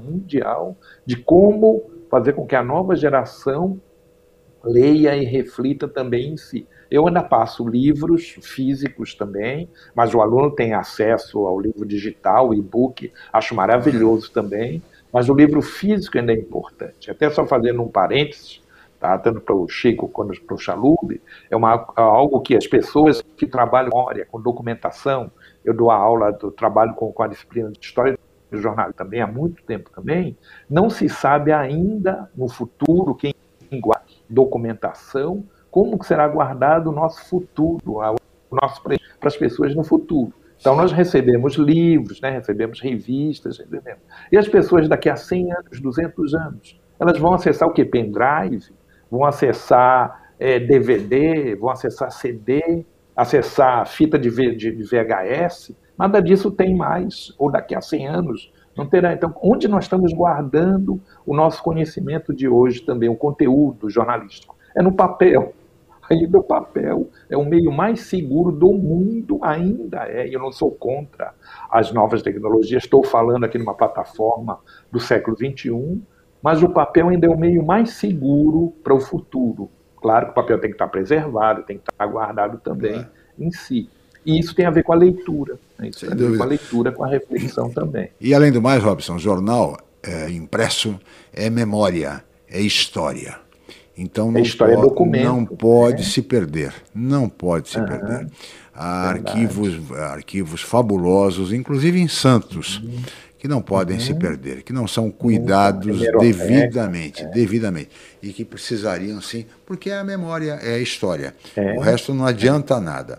de como fazer com que a nova geração leia e reflita também em si. Eu ainda passo livros físicos também, mas o aluno tem acesso ao livro digital, e-book, acho maravilhoso também, mas o livro físico ainda é importante. Até só fazendo um parênteses, tá? Tanto para o Chico quanto para o Chalub, é algo que as pessoas que trabalham com memória, com documentação, eu dou a aula do trabalho com a disciplina de História do Jornal também, há muito tempo também, não se sabe ainda no futuro, quem guarda documentação, como que será guardado o nosso futuro, o nosso presente para as pessoas no futuro. Então nós recebemos livros, né, recebemos revistas, recebemos. E as pessoas daqui a 100 anos, 200 anos, elas vão acessar o quê? Pendrive? Vão acessar DVD? Vão acessar CD? Acessar fita de VHS? Nada disso tem mais, ou daqui a 100 anos não terá. Então, onde nós estamos guardando o nosso conhecimento de hoje também, o conteúdo jornalístico? É no papel. Ainda o papel é o meio mais seguro do mundo, ainda é, e eu não sou contra as novas tecnologias, estou falando aqui numa plataforma do século XXI, mas o papel ainda é o meio mais seguro para o futuro. Claro que o papel tem que estar preservado, tem que estar guardado também em si. E isso tem a ver com a leitura, né? Isso tem a ver com a leitura, com a reflexão também. E além do mais, Robson, jornal impresso é memória, é história. Então não história é documento, não pode se perder, não pode se perder. Há arquivos fabulosos, inclusive em Santos, que não podem se perder, que não são cuidados devidamente, e que precisariam sim, porque a memória é a história. O resto não adianta nada.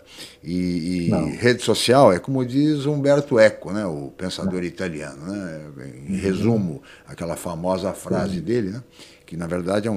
E rede social é como diz Umberto Eco, né, o pensador italiano, né, em resumo, aquela famosa frase dele, né, que na verdade é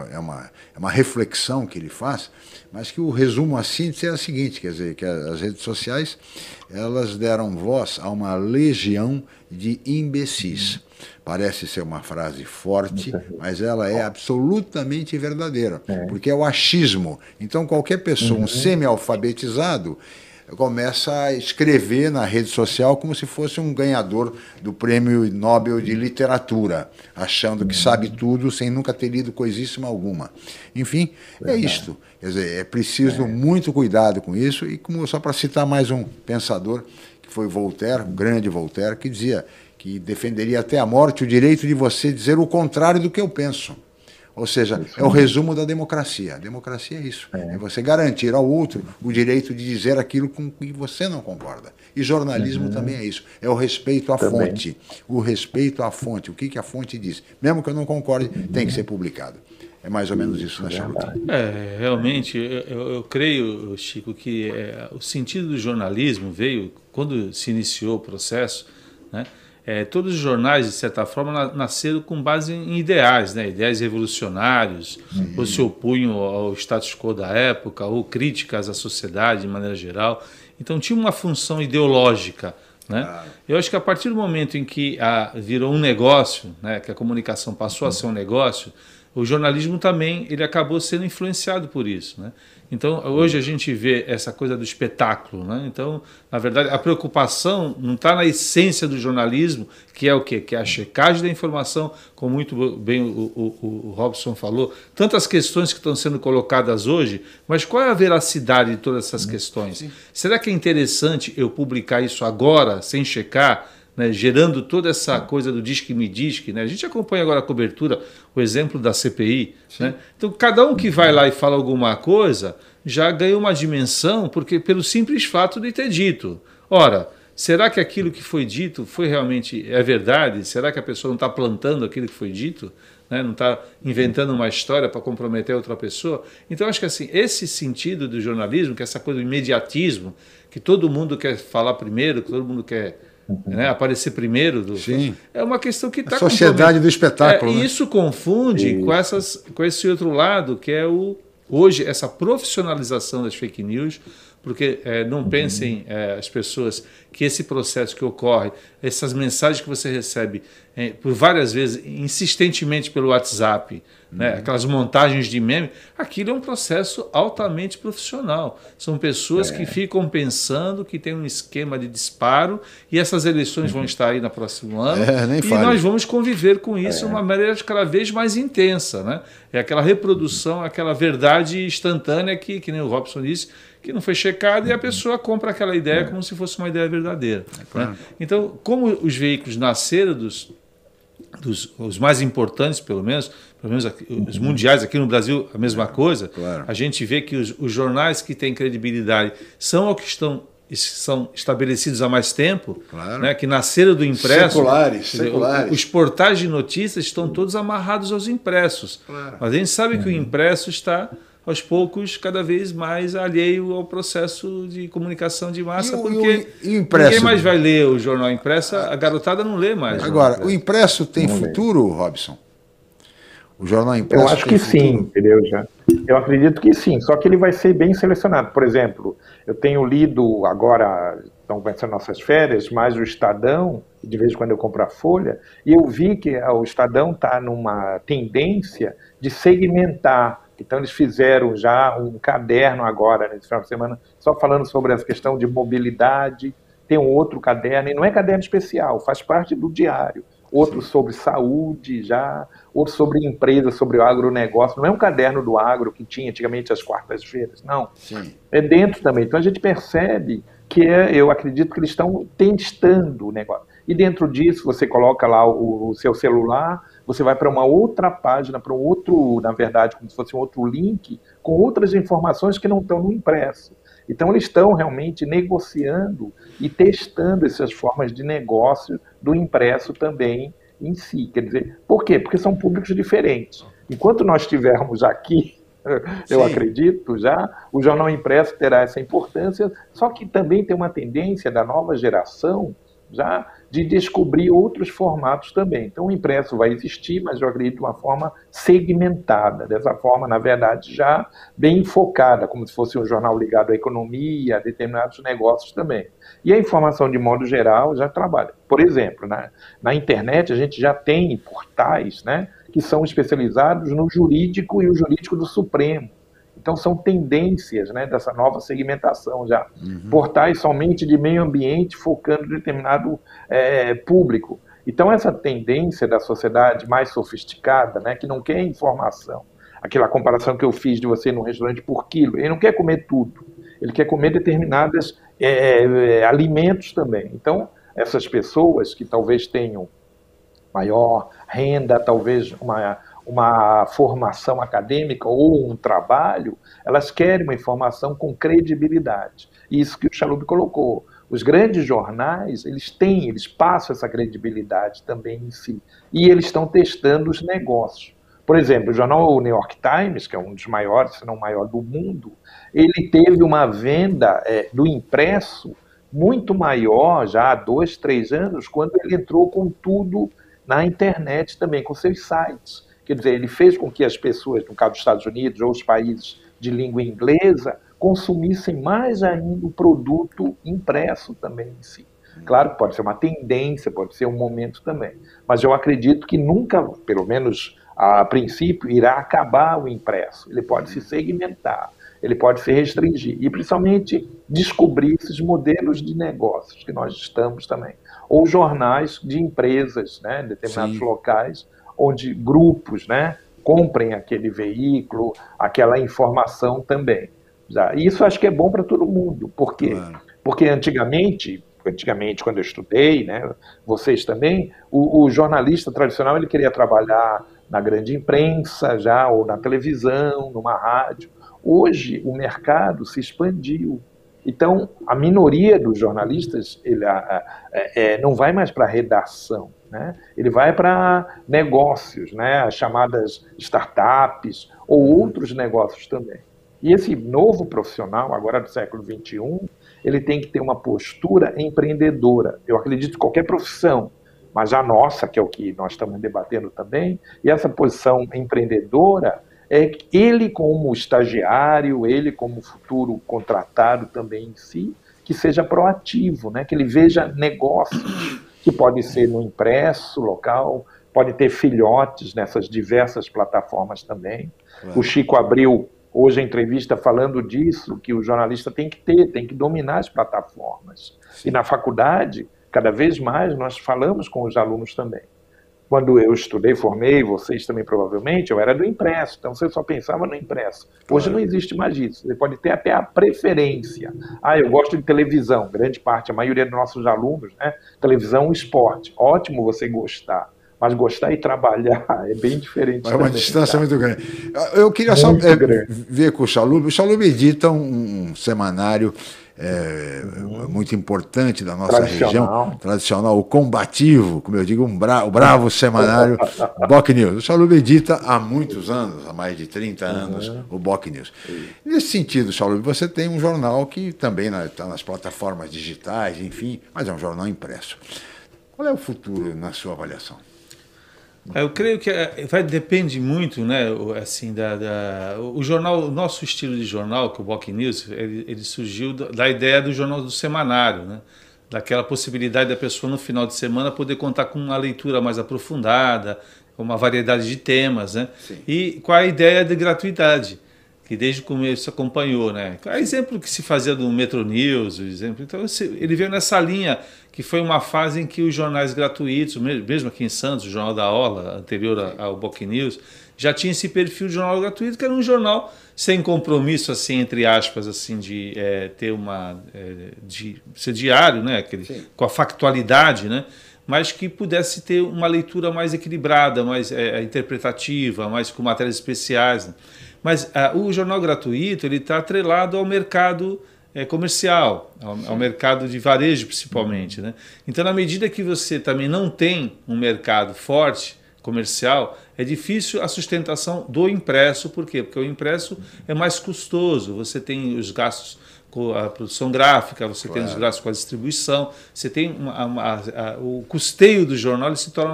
uma reflexão que ele faz, mas que o resumo, a síntese é a seguinte, quer dizer, que as redes sociais, elas deram voz a uma legião de imbecis. Parece ser uma frase forte, mas ela é absolutamente verdadeira, porque é o achismo. Então qualquer pessoa, um semi-alfabetizado, começa a escrever na rede social como se fosse um ganhador do Prêmio Nobel de Literatura, achando que sabe tudo sem nunca ter lido coisíssima alguma. Enfim, é isto. Quer dizer, é preciso muito cuidado com isso, e como, só para citar mais um pensador, que foi Voltaire, o grande Voltaire, que dizia que defenderia até a morte o direito de você dizer o contrário do que eu penso. Ou seja, é o resumo da democracia. A democracia é isso. É você garantir ao outro o direito de dizer aquilo com que você não concorda. E jornalismo também é isso. É o respeito à fonte. O respeito à fonte. O que a fonte diz. Mesmo que eu não concorde, tem que ser publicado. É mais ou menos isso, né, Charuto? Realmente, eu creio, Chico, que o sentido do jornalismo veio, quando se iniciou o processo, né? Todos os jornais, de certa forma, nasceram com base em ideais, né? Ideais revolucionários, ou se opunham ao status quo da época, ou críticas à sociedade de maneira geral. Então tinha uma função ideológica, né? Eu acho que a partir do momento em que virou um negócio, né? Que a comunicação passou a ser um negócio, o jornalismo também ele acabou sendo influenciado por isso, né? Então, hoje a gente vê essa coisa do espetáculo, né? Então, na verdade, a preocupação não está na essência do jornalismo, que é o quê? Que é a checagem da informação, como muito bem o Robson falou, tantas questões que estão sendo colocadas hoje, mas qual é a veracidade de todas essas questões? Sim. Será que é interessante eu publicar isso agora, sem checar, né, gerando toda essa coisa do diz que me diz que, né? A gente acompanha agora a cobertura, o exemplo da CPI, né? Então cada um que vai lá e fala alguma coisa já ganha uma dimensão porque pelo simples fato de ter dito. Ora, será que aquilo que foi dito foi realmente verdade? Será que a pessoa não está plantando aquilo que foi dito? Né? Não está inventando uma história para comprometer outra pessoa? Então acho que assim, esse sentido do jornalismo, que é essa coisa do imediatismo, que todo mundo quer falar primeiro, que todo mundo quer aparecer primeiro, é uma questão que está a sociedade do espetáculo, né? E isso confunde com esse outro lado, que é hoje essa profissionalização das fake news, porque não pensem as pessoas que esse processo que ocorre, essas mensagens que você recebe por várias vezes, insistentemente pelo WhatsApp, né, aquelas montagens de meme, aquilo é um processo altamente profissional. São pessoas que ficam pensando que tem um esquema de disparo e essas eleições vão estar aí no próximo ano e nós vamos conviver com isso de uma maneira cada vez mais intensa, né? É aquela reprodução, aquela verdade instantânea que nem o Robson disse, que não foi checado e a pessoa compra aquela ideia como se fosse uma ideia verdadeira. Né? Então, como os veículos nasceram os mais importantes, pelo menos aqui, os mundiais, aqui no Brasil a mesma coisa, a gente vê que os jornais que têm credibilidade são são estabelecidos há mais tempo, né, que nasceram do impresso. Seculares. Os portais de notícias estão todos amarrados aos impressos. Mas a gente sabe que o impresso está, aos poucos, cada vez mais alheio ao processo de comunicação de massa, porque ninguém mais vai ler o jornal impresso, a garotada não lê mais. Agora, o impresso tem futuro, Robson? O jornal impresso eu acho que sim, entendeu? Eu acredito que sim, só que ele vai ser bem selecionado. Por exemplo, eu tenho lido agora, estão começando nossas férias, mas o Estadão, de vez em quando eu compro a Folha, e eu vi que o Estadão está numa tendência de segmentar. Então eles fizeram já um caderno agora, nesse final de semana, só falando sobre essa questão de mobilidade. Tem um outro caderno, e não é caderno especial, faz parte do diário. Outro sobre saúde outro sobre empresa, sobre o agronegócio. Não é um caderno do agro que tinha antigamente às quartas-feiras, não. É dentro também. Então a gente percebe que eu acredito que eles estão testando o negócio. E dentro disso, você coloca lá o seu celular, você vai para uma outra página, para um outro, na verdade, como se fosse um outro link, com outras informações que não estão no impresso. Então, eles estão realmente negociando e testando essas formas de negócio do impresso também em si. Quer dizer, por quê? Porque são públicos diferentes. Enquanto nós estivermos aqui, eu acredito já, o jornal impresso terá essa importância, só que também tem uma tendência da nova geração já de descobrir outros formatos também. Então o impresso vai existir, mas eu acredito de uma forma segmentada, dessa forma, na verdade, já bem focada, como se fosse um jornal ligado à economia, a determinados negócios também. E a informação, de modo geral, já trabalha. Por exemplo, na internet a gente já tem portais, né, que são especializados no jurídico e o jurídico do Supremo. Então são tendências, né, dessa nova segmentação já. Portais somente de meio ambiente focando em determinado público. Então essa tendência da sociedade mais sofisticada, né, que não quer informação, aquela comparação que eu fiz de você no restaurante por quilo, ele não quer comer tudo, ele quer comer determinados alimentos também. Então essas pessoas que talvez tenham maior renda, talvez uma formação acadêmica ou um trabalho, elas querem uma informação com credibilidade. Isso que o Chalub colocou. Os grandes jornais, eles passam essa credibilidade também em si. E eles estão testando os negócios. Por exemplo, o jornal New York Times, que é um dos maiores, se não o maior do mundo, ele teve uma venda do impresso muito maior, já há 2, 3 anos, quando ele entrou com tudo na internet também, com seus sites. Quer dizer, ele fez com que as pessoas, no caso dos Estados Unidos ou os países de língua inglesa, consumissem mais ainda o produto impresso também em si. Claro que pode ser uma tendência, pode ser um momento também, mas eu acredito que nunca, pelo menos a princípio, irá acabar o impresso. Ele pode se segmentar, ele pode se restringir e principalmente descobrir esses modelos de negócios que nós estamos também. Ou jornais de empresas, né, determinados locais, onde grupos, né, comprem aquele veículo, aquela informação também. Isso acho que é bom para todo mundo. Por quê? Porque antigamente, quando eu estudei, né, vocês também, o jornalista tradicional ele queria trabalhar na grande imprensa, já, ou na televisão, numa rádio. Hoje, o mercado se expandiu. Então, a minoria dos jornalistas não vai mais para a redação, né? Ele vai para negócios, né? As chamadas startups ou outros negócios também. E esse novo profissional, agora do século XXI, ele tem que ter uma postura empreendedora. Eu acredito em qualquer profissão, mas a nossa, que é o que nós estamos debatendo também, e essa posição empreendedora é ele como estagiário, ele como futuro contratado também em si, que seja proativo, né? Que ele veja negócios que podem ser no impresso local, pode ter filhotes nessas diversas plataformas também. O Chico abriu hoje a entrevista falando disso, que o jornalista tem que dominar as plataformas. E na faculdade, cada vez mais, nós falamos com os alunos também. Quando eu estudei, formei, vocês também provavelmente, eu era do impresso, então você só pensava no impresso. Hoje não existe mais isso, você pode ter até a preferência. Eu gosto de televisão, grande parte, a maioria dos nossos alunos, né? Televisão e esporte, ótimo você gostar, mas gostar e trabalhar é bem diferente. É uma distância muito grande. Eu queria só ver com o Chalub. O Chalub edita um semanário muito importante da nossa região, tradicional, o combativo, como eu digo, o bravo semanário Boc News. O Chalub edita há muitos anos, há mais de 30 anos, o Boc News. Nesse sentido, Chalub, você tem um jornal que também está nas plataformas digitais, enfim, mas é um jornal impresso. Qual é o futuro na sua avaliação? Eu creio que depende muito, né, assim, o jornal, o nosso estilo de jornal, que é o Boc News, ele surgiu da ideia do jornal do semanário, né, daquela possibilidade da pessoa no final de semana poder contar com uma leitura mais aprofundada, com uma variedade de temas, né, e com a ideia de gratuidade. que desde o começo acompanhou, né? Exemplo que se fazia do Metro News, exemplo. Então ele veio nessa linha, que foi uma fase em que os jornais gratuitos, mesmo aqui em Santos, o Jornal da Orla, anterior ao Boc News, já tinha esse perfil de jornal gratuito, que era um jornal sem compromisso, assim, entre aspas, assim, de ter de ser diário, né? Com a factualidade, né? Mas que pudesse ter uma leitura mais equilibrada, mais interpretativa, mais com matérias especiais, né? Mas o jornal gratuito ele está atrelado ao mercado comercial, ao mercado de varejo principalmente, né? Então, na medida que você também não tem um mercado forte comercial, é difícil a sustentação do impresso. Por quê? Porque o impresso é mais custoso, você tem os gastos com a produção gráfica, você tem os gastos com a distribuição, você tem o custeio do jornal, ele se torna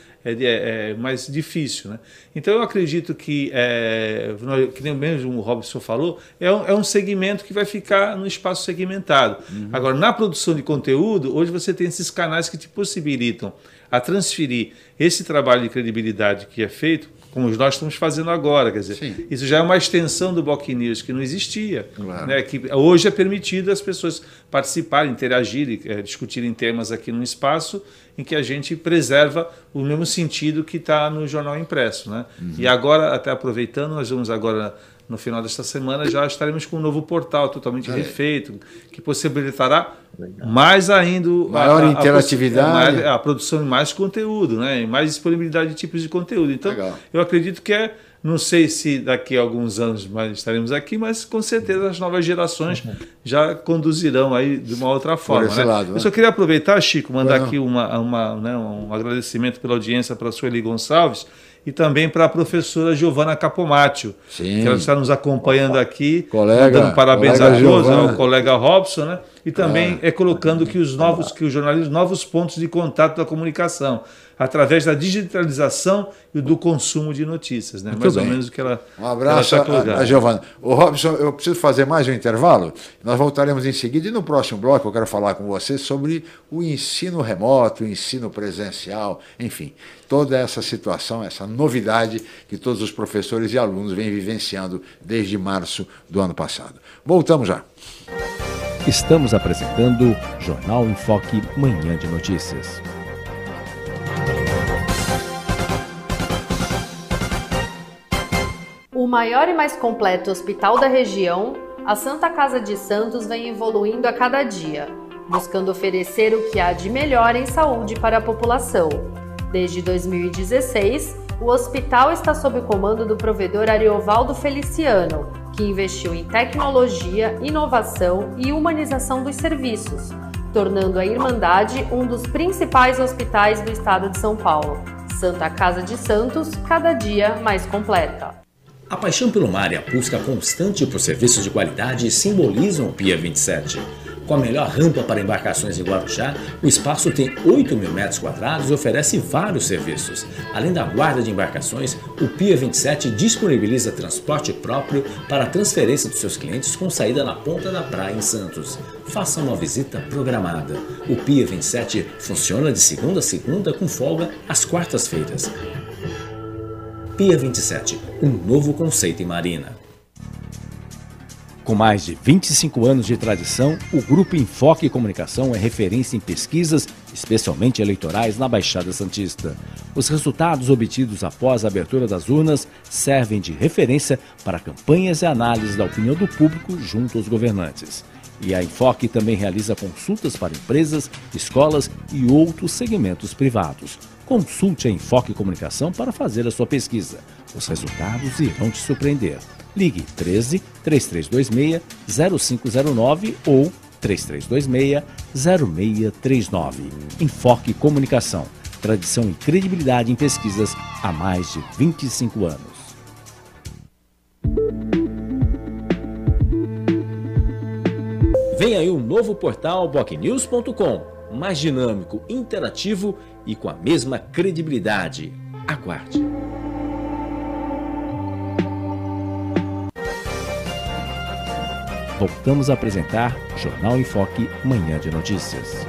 mais difícil, né? Então eu acredito que nem mesmo o Robson falou, é um segmento que vai ficar no espaço segmentado. Agora, na produção de conteúdo, hoje você tem esses canais que te possibilitam a transferir esse trabalho de credibilidade que é feito, como nós estamos fazendo agora, quer dizer, isso já é uma extensão do Boc News que não existia, né? Que hoje é permitido as pessoas participarem, interagirem, discutirem temas aqui num espaço em que a gente preserva o mesmo sentido que está no jornal impresso, né? E agora, até aproveitando, nós vamos agora, no final desta semana, já estaremos com um novo portal totalmente refeito, que possibilitará mais ainda maior interatividade, a produção de mais conteúdo, né? E mais disponibilidade de tipos de conteúdo. Então, eu acredito que não sei se daqui a alguns anos mais estaremos aqui, mas com certeza as novas gerações já conduzirão aí de uma outra forma. Por esse lado, né? Eu só queria aproveitar, Chico, mandar aqui um agradecimento pela audiência para a Sueli Gonçalves e também para a professora Giovana Capomaccio, que ela está nos acompanhando aqui, dando parabéns a todos, ao colega Robson, né? E também colocando que os jornalistas, novos pontos de contato da comunicação, através da digitalização e do consumo de notícias, né? Mais ou menos o que ela Um abraço a Giovana. O Robson, eu preciso fazer mais um intervalo. Nós voltaremos em seguida e no próximo bloco eu quero falar com você sobre o ensino remoto, o ensino presencial, enfim, toda essa situação, essa novidade que todos os professores e alunos vêm vivenciando desde março do ano passado. Voltamos já. Estamos apresentando Jornal em Foque, Manhã de Notícias. O maior e mais completo hospital da região, a Santa Casa de Santos vem evoluindo a cada dia, buscando oferecer o que há de melhor em saúde para a população. Desde 2016, o hospital está sob o comando do provedor Ariovaldo Feliciano, que investiu em tecnologia, inovação e humanização dos serviços, tornando a Irmandade um dos principais hospitais do estado de São Paulo. Santa Casa de Santos, cada dia mais completa. A paixão pelo mar e a busca constante por serviços de qualidade simbolizam o Pia 27. Com a melhor rampa para embarcações em Guarujá, o espaço tem 8.000 metros quadrados e oferece vários serviços. Além da guarda de embarcações, o Pia 27 disponibiliza transporte próprio para a transferência dos seus clientes com saída na ponta da praia em Santos. Faça uma visita programada. O Pia 27 funciona de segunda a segunda com folga às quartas-feiras. Pia 27, um novo conceito em marina. Com mais de 25 anos de tradição, o Grupo Enfoque Comunicação é referência em pesquisas, especialmente eleitorais, na Baixada Santista. Os resultados obtidos após a abertura das urnas servem de referência para campanhas e análises da opinião do público junto aos governantes. E a Enfoque também realiza consultas para empresas, escolas e outros segmentos privados. Consulte a Enfoque Comunicação para fazer a sua pesquisa. Os resultados irão te surpreender. Ligue 13 3326 0509 ou 3326 0639. Enfoque Comunicação. Tradição e credibilidade em pesquisas há mais de 25 anos. Vem aí o novo portal bocnews.com. Mais dinâmico, interativo e com a mesma credibilidade. Aguarde. Voltamos a apresentar Jornal em Foque, Manhã de Notícias.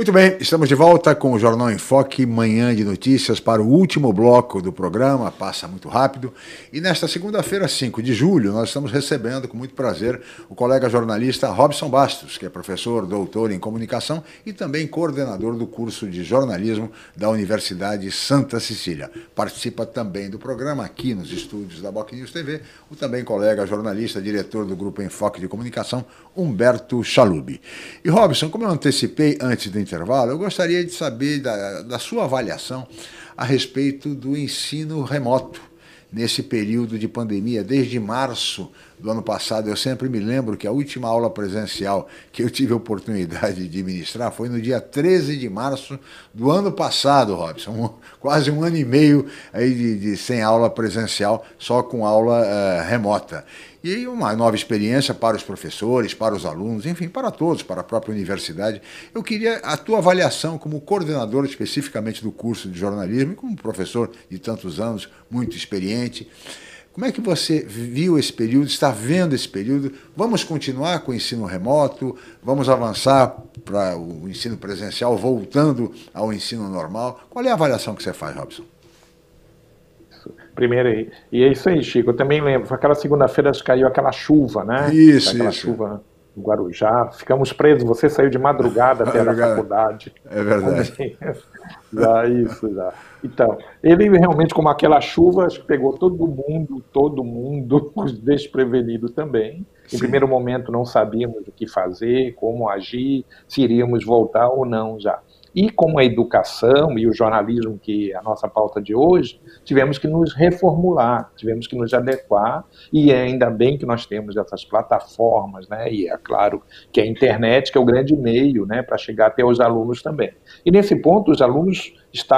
Muito bem, estamos de volta com o Jornal em Foque, manhã de notícias para o último bloco do programa, passa muito rápido. E nesta segunda-feira, 5 de julho, nós estamos recebendo com muito prazer o colega jornalista Robson Bastos, que é professor, doutor em comunicação e também coordenador do curso de jornalismo da Universidade Santa Cecília. Participa também do programa aqui nos estúdios da BocNews TV, o também colega jornalista, diretor do Grupo Enfoque de Comunicação, Humberto Chalub. E Robson, como eu antecipei antes do intervalo, eu gostaria de saber da sua avaliação a respeito do ensino remoto nesse período de pandemia, desde março do ano passado. Eu sempre me lembro que a última aula presencial que eu tive a oportunidade de ministrar foi no dia 13 de março do ano passado, Robson. Quase um ano e meio aí sem aula presencial, só com aula remota. E uma nova experiência para os professores, para os alunos, enfim, para todos, para a própria universidade. Eu queria a tua avaliação como coordenador especificamente do curso de jornalismo e como professor de tantos anos, muito experiente. Como é que você viu esse período, está vendo esse período? Vamos continuar com o ensino remoto? Vamos avançar para o ensino presencial, voltando ao ensino normal? Qual é a avaliação que você faz, Robson? Primeiro, e é isso aí, Chico, eu também lembro, foi aquela segunda-feira que caiu aquela chuva, né? Isso. Chuva no Guarujá, ficamos presos, você saiu de madrugada até a faculdade. É verdade. Já. Então, ele realmente, como aquela chuva, acho que pegou todo mundo desprevenido também. Em primeiro momento não sabíamos o que fazer, como agir, se iríamos voltar ou não já. E como a educação e o jornalismo, que é a nossa pauta de hoje, tivemos que nos reformular, tivemos que nos adequar, e ainda bem que nós temos essas plataformas, né? E é claro que a internet, que é o grande meio, né, para chegar até os alunos também. E nesse ponto, os alunos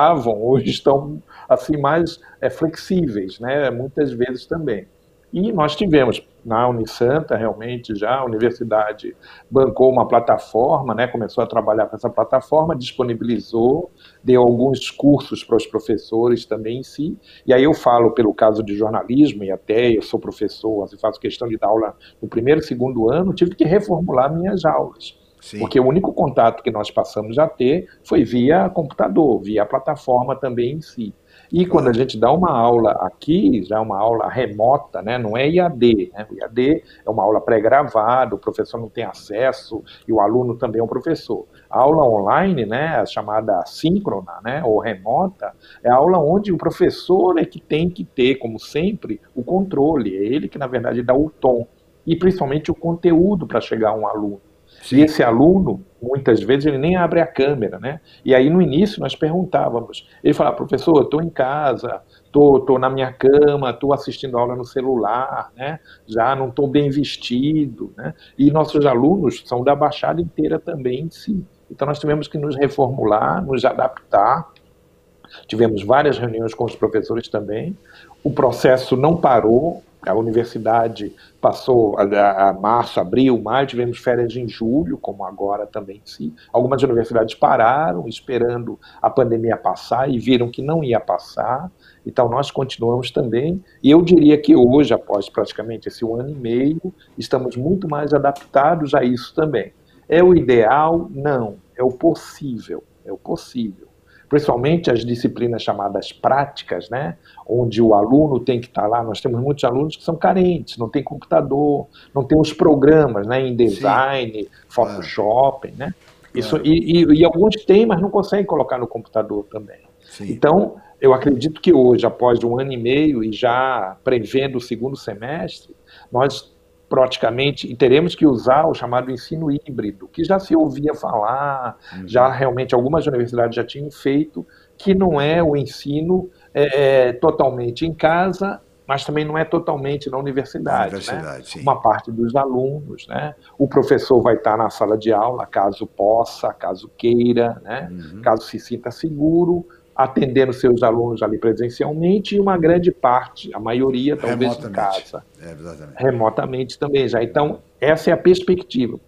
hoje estão assim, mais flexíveis, né? Muitas vezes também. E nós tivemos, na Unisanta, realmente já, a universidade bancou uma plataforma, né, começou a trabalhar com essa plataforma, disponibilizou, deu alguns cursos para os professores também em si, e aí eu falo pelo caso de jornalismo, e até eu sou professor, assim, faço questão de dar aula no primeiro e segundo ano, tive que reformular minhas aulas. Sim. Porque o único contato que nós passamos a ter foi via computador, via plataforma também em si. E quando a gente dá uma aula aqui, já é uma aula remota, né? Não é IAD, né? O IAD é uma aula pré-gravada, o professor não tem acesso e o aluno também é um professor. A aula online, né, a chamada síncrona, né, ou remota, é a aula onde o professor é que tem que ter, como sempre, o controle, é ele que, na verdade, dá o tom, e principalmente o conteúdo para chegar a um aluno. Sim. E esse aluno, muitas vezes, ele nem abre a câmera, né? E aí, no início, nós perguntávamos. Ele falava, professor, eu estou em casa, estou na minha cama, estou assistindo aula no celular, né? Já não estou bem vestido, né? E nossos alunos são da Baixada inteira também em si. Então, nós tivemos que nos reformular, nos adaptar. Tivemos várias reuniões com os professores também. O processo não parou. A universidade passou a março, abril, maio, tivemos férias em julho, como agora também sim. Algumas universidades pararam, esperando a pandemia passar, e viram que não ia passar. Então, nós continuamos também. E eu diria que hoje, após praticamente esse 1 ano e meio, estamos muito mais adaptados a isso também. É o ideal? Não. É o possível. É o possível. Principalmente as disciplinas chamadas práticas, né, onde o aluno tem que estar lá. Nós temos muitos alunos que são carentes, não tem computador, não tem os programas, né, em design, sim, Photoshop, né? Isso, e alguns têm, mas não conseguem colocar no computador também. Sim. Então, eu acredito que hoje, após 1 ano e meio e já prevendo o segundo semestre, nós praticamente teremos que usar o chamado ensino híbrido, que já se ouvia falar, já realmente algumas universidades já tinham feito, que não é o ensino totalmente em casa, mas também não é totalmente na universidade, né? Uma parte dos alunos, né? O professor vai estar na sala de aula, caso possa, caso queira, né? Caso se sinta seguro, atendendo seus alunos ali presencialmente, e uma grande parte, a maioria, talvez em casa. Remotamente também já. Então, essa é a perspectiva.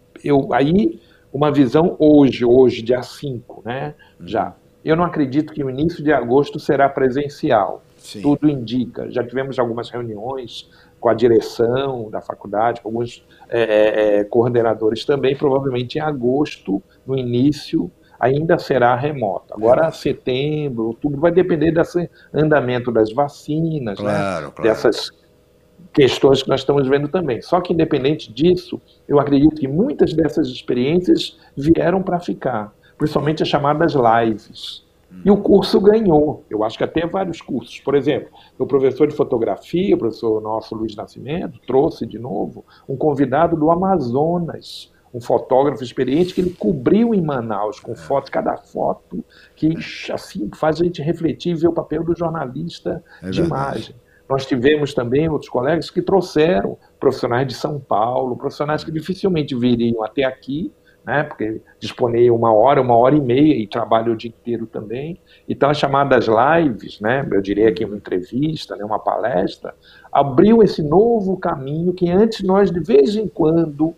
Aí, uma visão hoje, dia 5, né? Já. Eu não acredito que o início de agosto será presencial. Sim. Tudo indica. Já tivemos algumas reuniões com a direção da faculdade, com alguns coordenadores também, provavelmente em agosto, no início, ainda será remota. Agora, setembro, outubro, vai depender desse andamento das vacinas, né? Dessas questões que nós estamos vendo também. Só que, independente disso, eu acredito que muitas dessas experiências vieram para ficar, principalmente as chamadas lives. E o curso ganhou. Eu acho que até vários cursos. Por exemplo, o professor de fotografia, o professor nosso Luiz Nascimento, trouxe de novo um convidado do Amazonas, um fotógrafo experiente que ele cobriu em Manaus com fotos, cada foto que assim faz a gente refletir e ver o papel do jornalista de imagem. Nós tivemos também outros colegas que trouxeram profissionais de São Paulo, profissionais que dificilmente viriam até aqui, né, porque disponei 1h e meia e trabalho o dia inteiro também. Então, as chamadas lives, né, eu diria que uma entrevista, né, uma palestra, abriu esse novo caminho que antes nós, de vez em quando,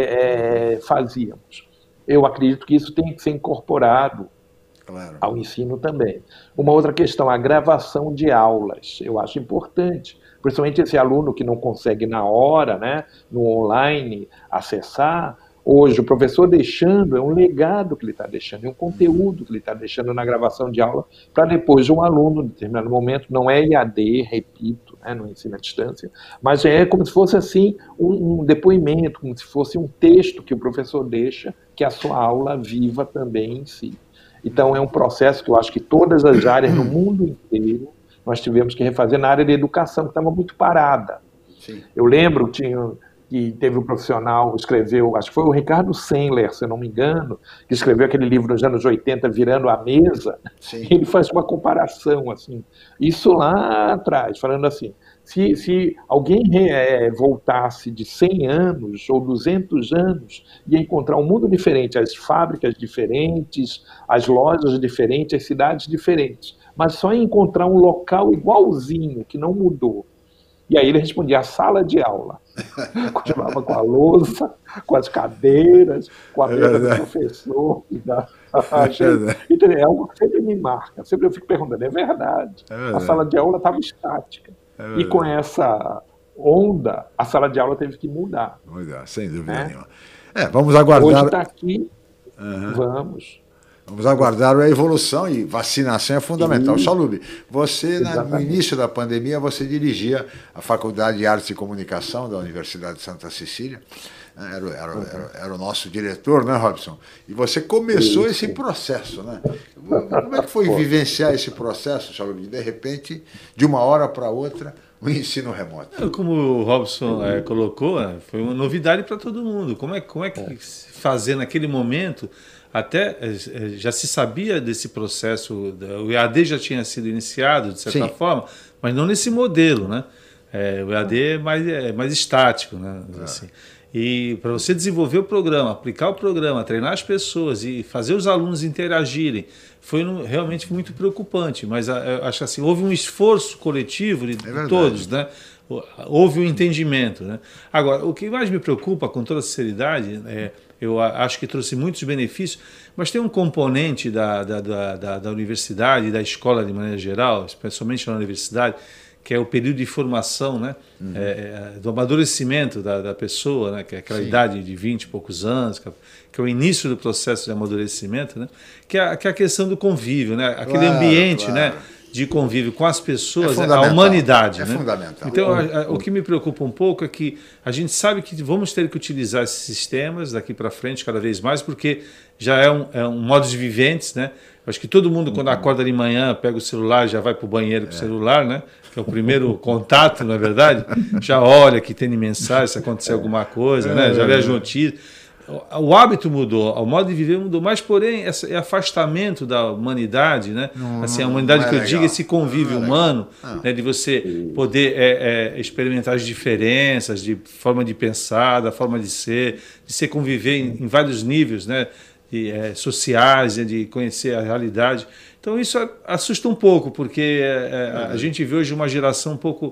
fazíamos. Eu acredito que isso tem que ser incorporado ao ensino também. Uma outra questão, a gravação de aulas, eu acho importante, principalmente esse aluno que não consegue na hora, né, no online, acessar. Hoje, o professor deixando, é um legado que ele está deixando, é um conteúdo que ele está deixando na gravação de aula, para depois um aluno, em determinado momento, não é EAD, repito, né, no ensino à distância, mas é como se fosse assim um depoimento, como se fosse um texto que o professor deixa, que a sua aula viva também em si. Então, é um processo que eu acho que todas as áreas no mundo inteiro nós tivemos que refazer na área de educação, que estava muito parada. Sim. Eu lembro que teve um profissional, escreveu, acho que foi o Ricardo Sendler, se eu não me engano, que escreveu aquele livro nos anos 80, Virando a Mesa. Sim. Ele faz uma comparação, assim, isso lá atrás, falando assim, se alguém voltasse de 100 anos ou 200 anos, ia encontrar um mundo diferente, as fábricas diferentes, as lojas diferentes, as cidades diferentes, mas só ia encontrar um local igualzinho, que não mudou. E aí ele respondia, a sala de aula. Continuava com a louça, com as cadeiras, com a mesa do professor. Então, é algo que sempre me marca. Sempre eu fico perguntando, é verdade. A sala de aula estava estática. E com essa onda, a sala de aula teve que mudar. Sem dúvida nenhuma. Vamos aguardar. Hoje está aqui, Vamos aguardar a evolução, e vacinação é fundamental. Salub, você, no início da pandemia, você dirigia a Faculdade de Artes e Comunicação da Universidade de Santa Cecília. Era o nosso diretor, né, Robson? E você começou esse processo, né? Como é que foi vivenciar esse processo, Salub? De repente, de uma hora para outra, o ensino remoto. Como o Robson colocou, foi uma novidade para todo mundo. Como é que fazer naquele momento? Até já se sabia desse processo, o EAD já tinha sido iniciado, de certa forma, mas não nesse modelo, né? O EAD é mais estático, né? Assim. E para você desenvolver o programa, aplicar o programa, treinar as pessoas e fazer os alunos interagirem, foi realmente muito preocupante, mas eu acho assim, houve um esforço coletivo de todos, né? Houve um entendimento, né? Agora, o que mais me preocupa, com toda sinceridade, eu acho que trouxe muitos benefícios, mas tem um componente da universidade, da escola de maneira geral, especialmente na universidade, que é o período de formação, né? Do amadurecimento da pessoa, né? Que é aquela idade de 20 e poucos anos, que é o início do processo de amadurecimento, né? Que é a questão do convívio, né? Aquele ambiente, né? De convívio com as pessoas, a humanidade. É fundamental. Então, o que me preocupa um pouco é que a gente sabe que vamos ter que utilizar esses sistemas daqui para frente cada vez mais, porque já é um modo de viventes, né? Acho que todo mundo, quando acorda de manhã, pega o celular e já vai para o banheiro com o celular, né? Que é o primeiro contato, não é verdade? Já olha que tem mensagem, se acontecer alguma coisa, né? Já vê as notícias. O hábito mudou, o modo de viver mudou, mas, porém, esse afastamento da humanidade, né? Assim, a humanidade que eu digo, esse convívio humano, né? De você poder experimentar as diferenças de forma de pensar, da forma de ser conviver em vários níveis, né? Sociais, de conhecer a realidade. Então, isso assusta um pouco, porque a gente vê hoje uma geração um pouco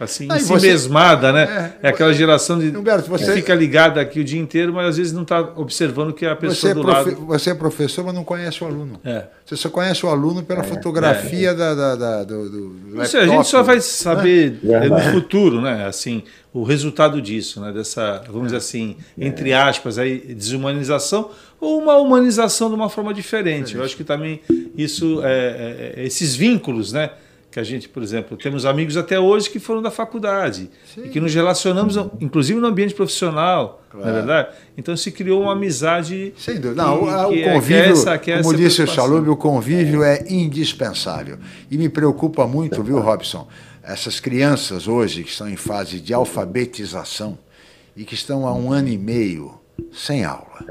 assim, mesmada, né? É aquela geração de Humberto, você fica ligada aqui o dia inteiro, mas às vezes não está observando o que a pessoa do lado... Você é professor, mas não conhece o aluno. Você só conhece o aluno pela fotografia do laptop. A gente só vai saber no futuro, né? Assim, o resultado disso, né? Dessa, vamos dizer assim, entre aspas, aí, desumanização ou uma humanização de uma forma diferente. Eu acho que também isso, esses vínculos, né? Que a gente, por exemplo, temos amigos até hoje que foram da faculdade e que nos relacionamos, inclusive no ambiente profissional, não é verdade? Então se criou uma amizade. Sem dúvida. Não, o convívio, como disse o Chalub, o convívio é indispensável. E me preocupa muito, viu, Robson? Essas crianças hoje que estão em fase de alfabetização e que estão há 1 ano e meio sem aula.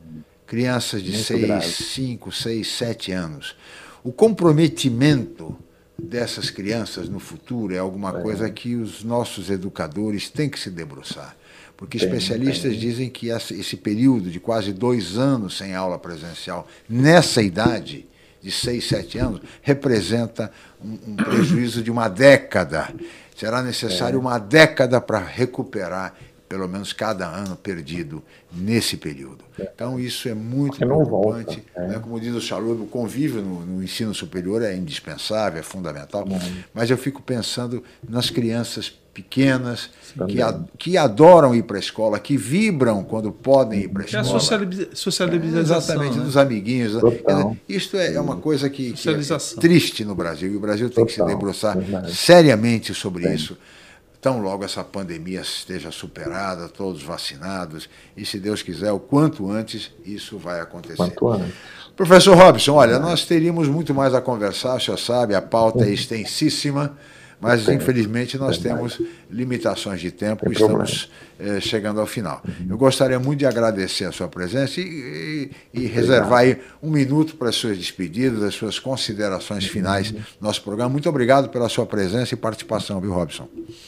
Crianças de 6, 5, 6, 7 anos. O comprometimento dessas crianças no futuro é alguma coisa que os nossos educadores têm que se debruçar. Porque especialistas dizem que esse período de quase 2 anos sem aula presencial, nessa idade de 6, 7 anos, representa um prejuízo de 1 década. Será necessário 1 década para recuperar pelo menos cada ano perdido nesse período. Então, isso é muito preocupante. Né? Como diz o Chalub, o convívio no ensino superior é indispensável, é fundamental, mas eu fico pensando nas crianças pequenas que adoram ir para a escola, que vibram quando podem ir para a escola. É a socialização. Exatamente, dos amiguinhos. Isto é uma coisa que é triste no Brasil, e o Brasil tem que se debruçar seriamente sobre isso. Tão logo essa pandemia esteja superada, todos vacinados, e se Deus quiser, o quanto antes isso vai acontecer. Professor Robson, olha, nós teríamos muito mais a conversar, o senhor sabe, a pauta é extensíssima, mas infelizmente nós temos limitações de tempo e estamos chegando ao final. Eu gostaria muito de agradecer a sua presença e reservar aí 1 minuto para as suas despedidas, as suas considerações finais do nosso programa. Muito obrigado pela sua presença e participação, viu, Robson?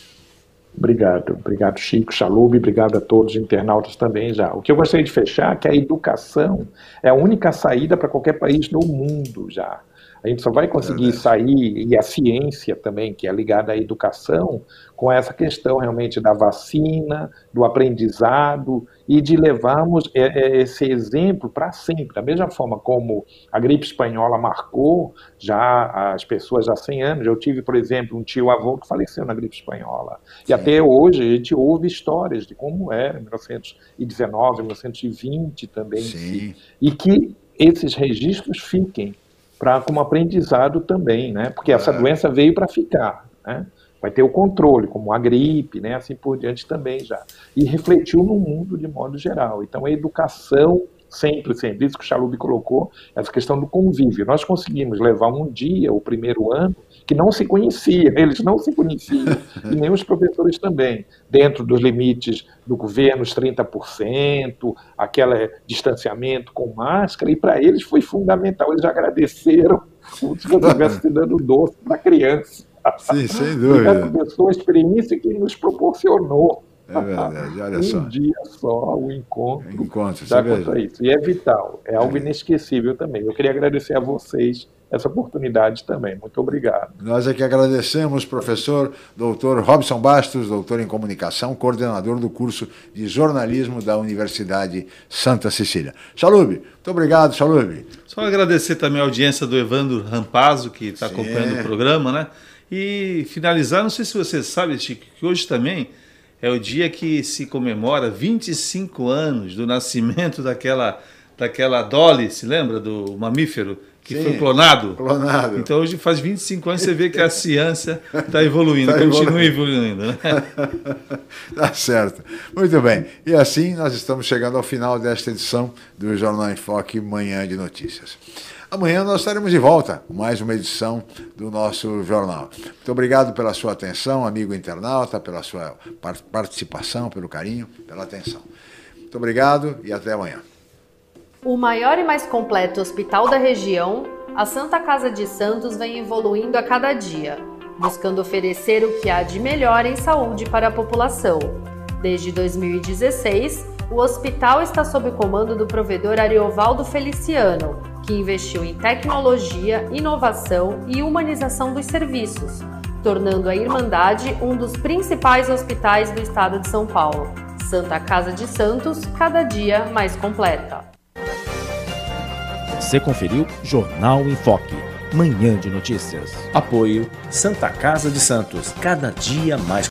Obrigado Chico, Chalub, obrigado a todos os internautas também já. O que eu gostaria de fechar é que a educação é a única saída para qualquer país no mundo já. A gente só vai conseguir sair, e a ciência também, que é ligada à educação, com essa questão realmente da vacina, do aprendizado, e de levarmos esse exemplo para sempre. Da mesma forma como a gripe espanhola marcou já as pessoas há 100 anos. Eu tive, por exemplo, um tio-avô que faleceu na gripe espanhola. E até hoje a gente ouve histórias de como era em 1919, 1920 também. E que esses registros fiquem como aprendizado também, né? Porque essa doença veio para ficar, né? Vai ter o controle, como a gripe, né? Assim por diante também já. E refletiu no mundo de modo geral. Então a educação, sempre, isso que o Chalub colocou, essa questão do convívio. Nós conseguimos levar um dia, o primeiro ano, que não se conhecia, eles não se conheciam, e nem os professores também, dentro dos limites do governo, os 30%, aquele distanciamento com máscara, e para eles foi fundamental, eles agradeceram como se eu estivesse dando doce para a criança. Sim, sem dúvida. Essa pessoa, a experiência que nos proporcionou. É verdade, olha só. Um dia só, o encontro dá contra isso. E é vital, é algo inesquecível também. Eu queria agradecer a vocês essa oportunidade também. Muito obrigado. Nós é que agradecemos, professor Dr. Robson Bastos, doutor em comunicação, coordenador do curso de jornalismo da Universidade Santa Cecília. Chalub, muito obrigado, Chalub. Só agradecer também a audiência do Evandro Rampazzo, que está acompanhando o programa, né? E finalizar, não sei se você sabe, Chico, que hoje também é o dia que se comemora 25 anos do nascimento daquela Dolly, se lembra, do mamífero, que foi clonado? Clonado. Então hoje faz 25 anos, você vê que a ciência está evoluindo, continua evoluindo. Né? Tá certo. Muito bem. E assim nós estamos chegando ao final desta edição do Jornal em Foque Manhã de Notícias. Amanhã nós estaremos de volta com mais uma edição do nosso jornal. Muito obrigado pela sua atenção, amigo internauta, pela sua participação, pelo carinho, pela atenção. Muito obrigado e até amanhã. O maior e mais completo hospital da região, a Santa Casa de Santos vem evoluindo a cada dia, buscando oferecer o que há de melhor em saúde para a população. Desde 2016, o hospital está sob o comando do provedor Ariovaldo Feliciano, que investiu em tecnologia, inovação e humanização dos serviços, tornando a Irmandade um dos principais hospitais do estado de São Paulo. Santa Casa de Santos, cada dia mais completa. Você conferiu Jornal em Foque, Manhã de Notícias. Apoio Santa Casa de Santos, cada dia mais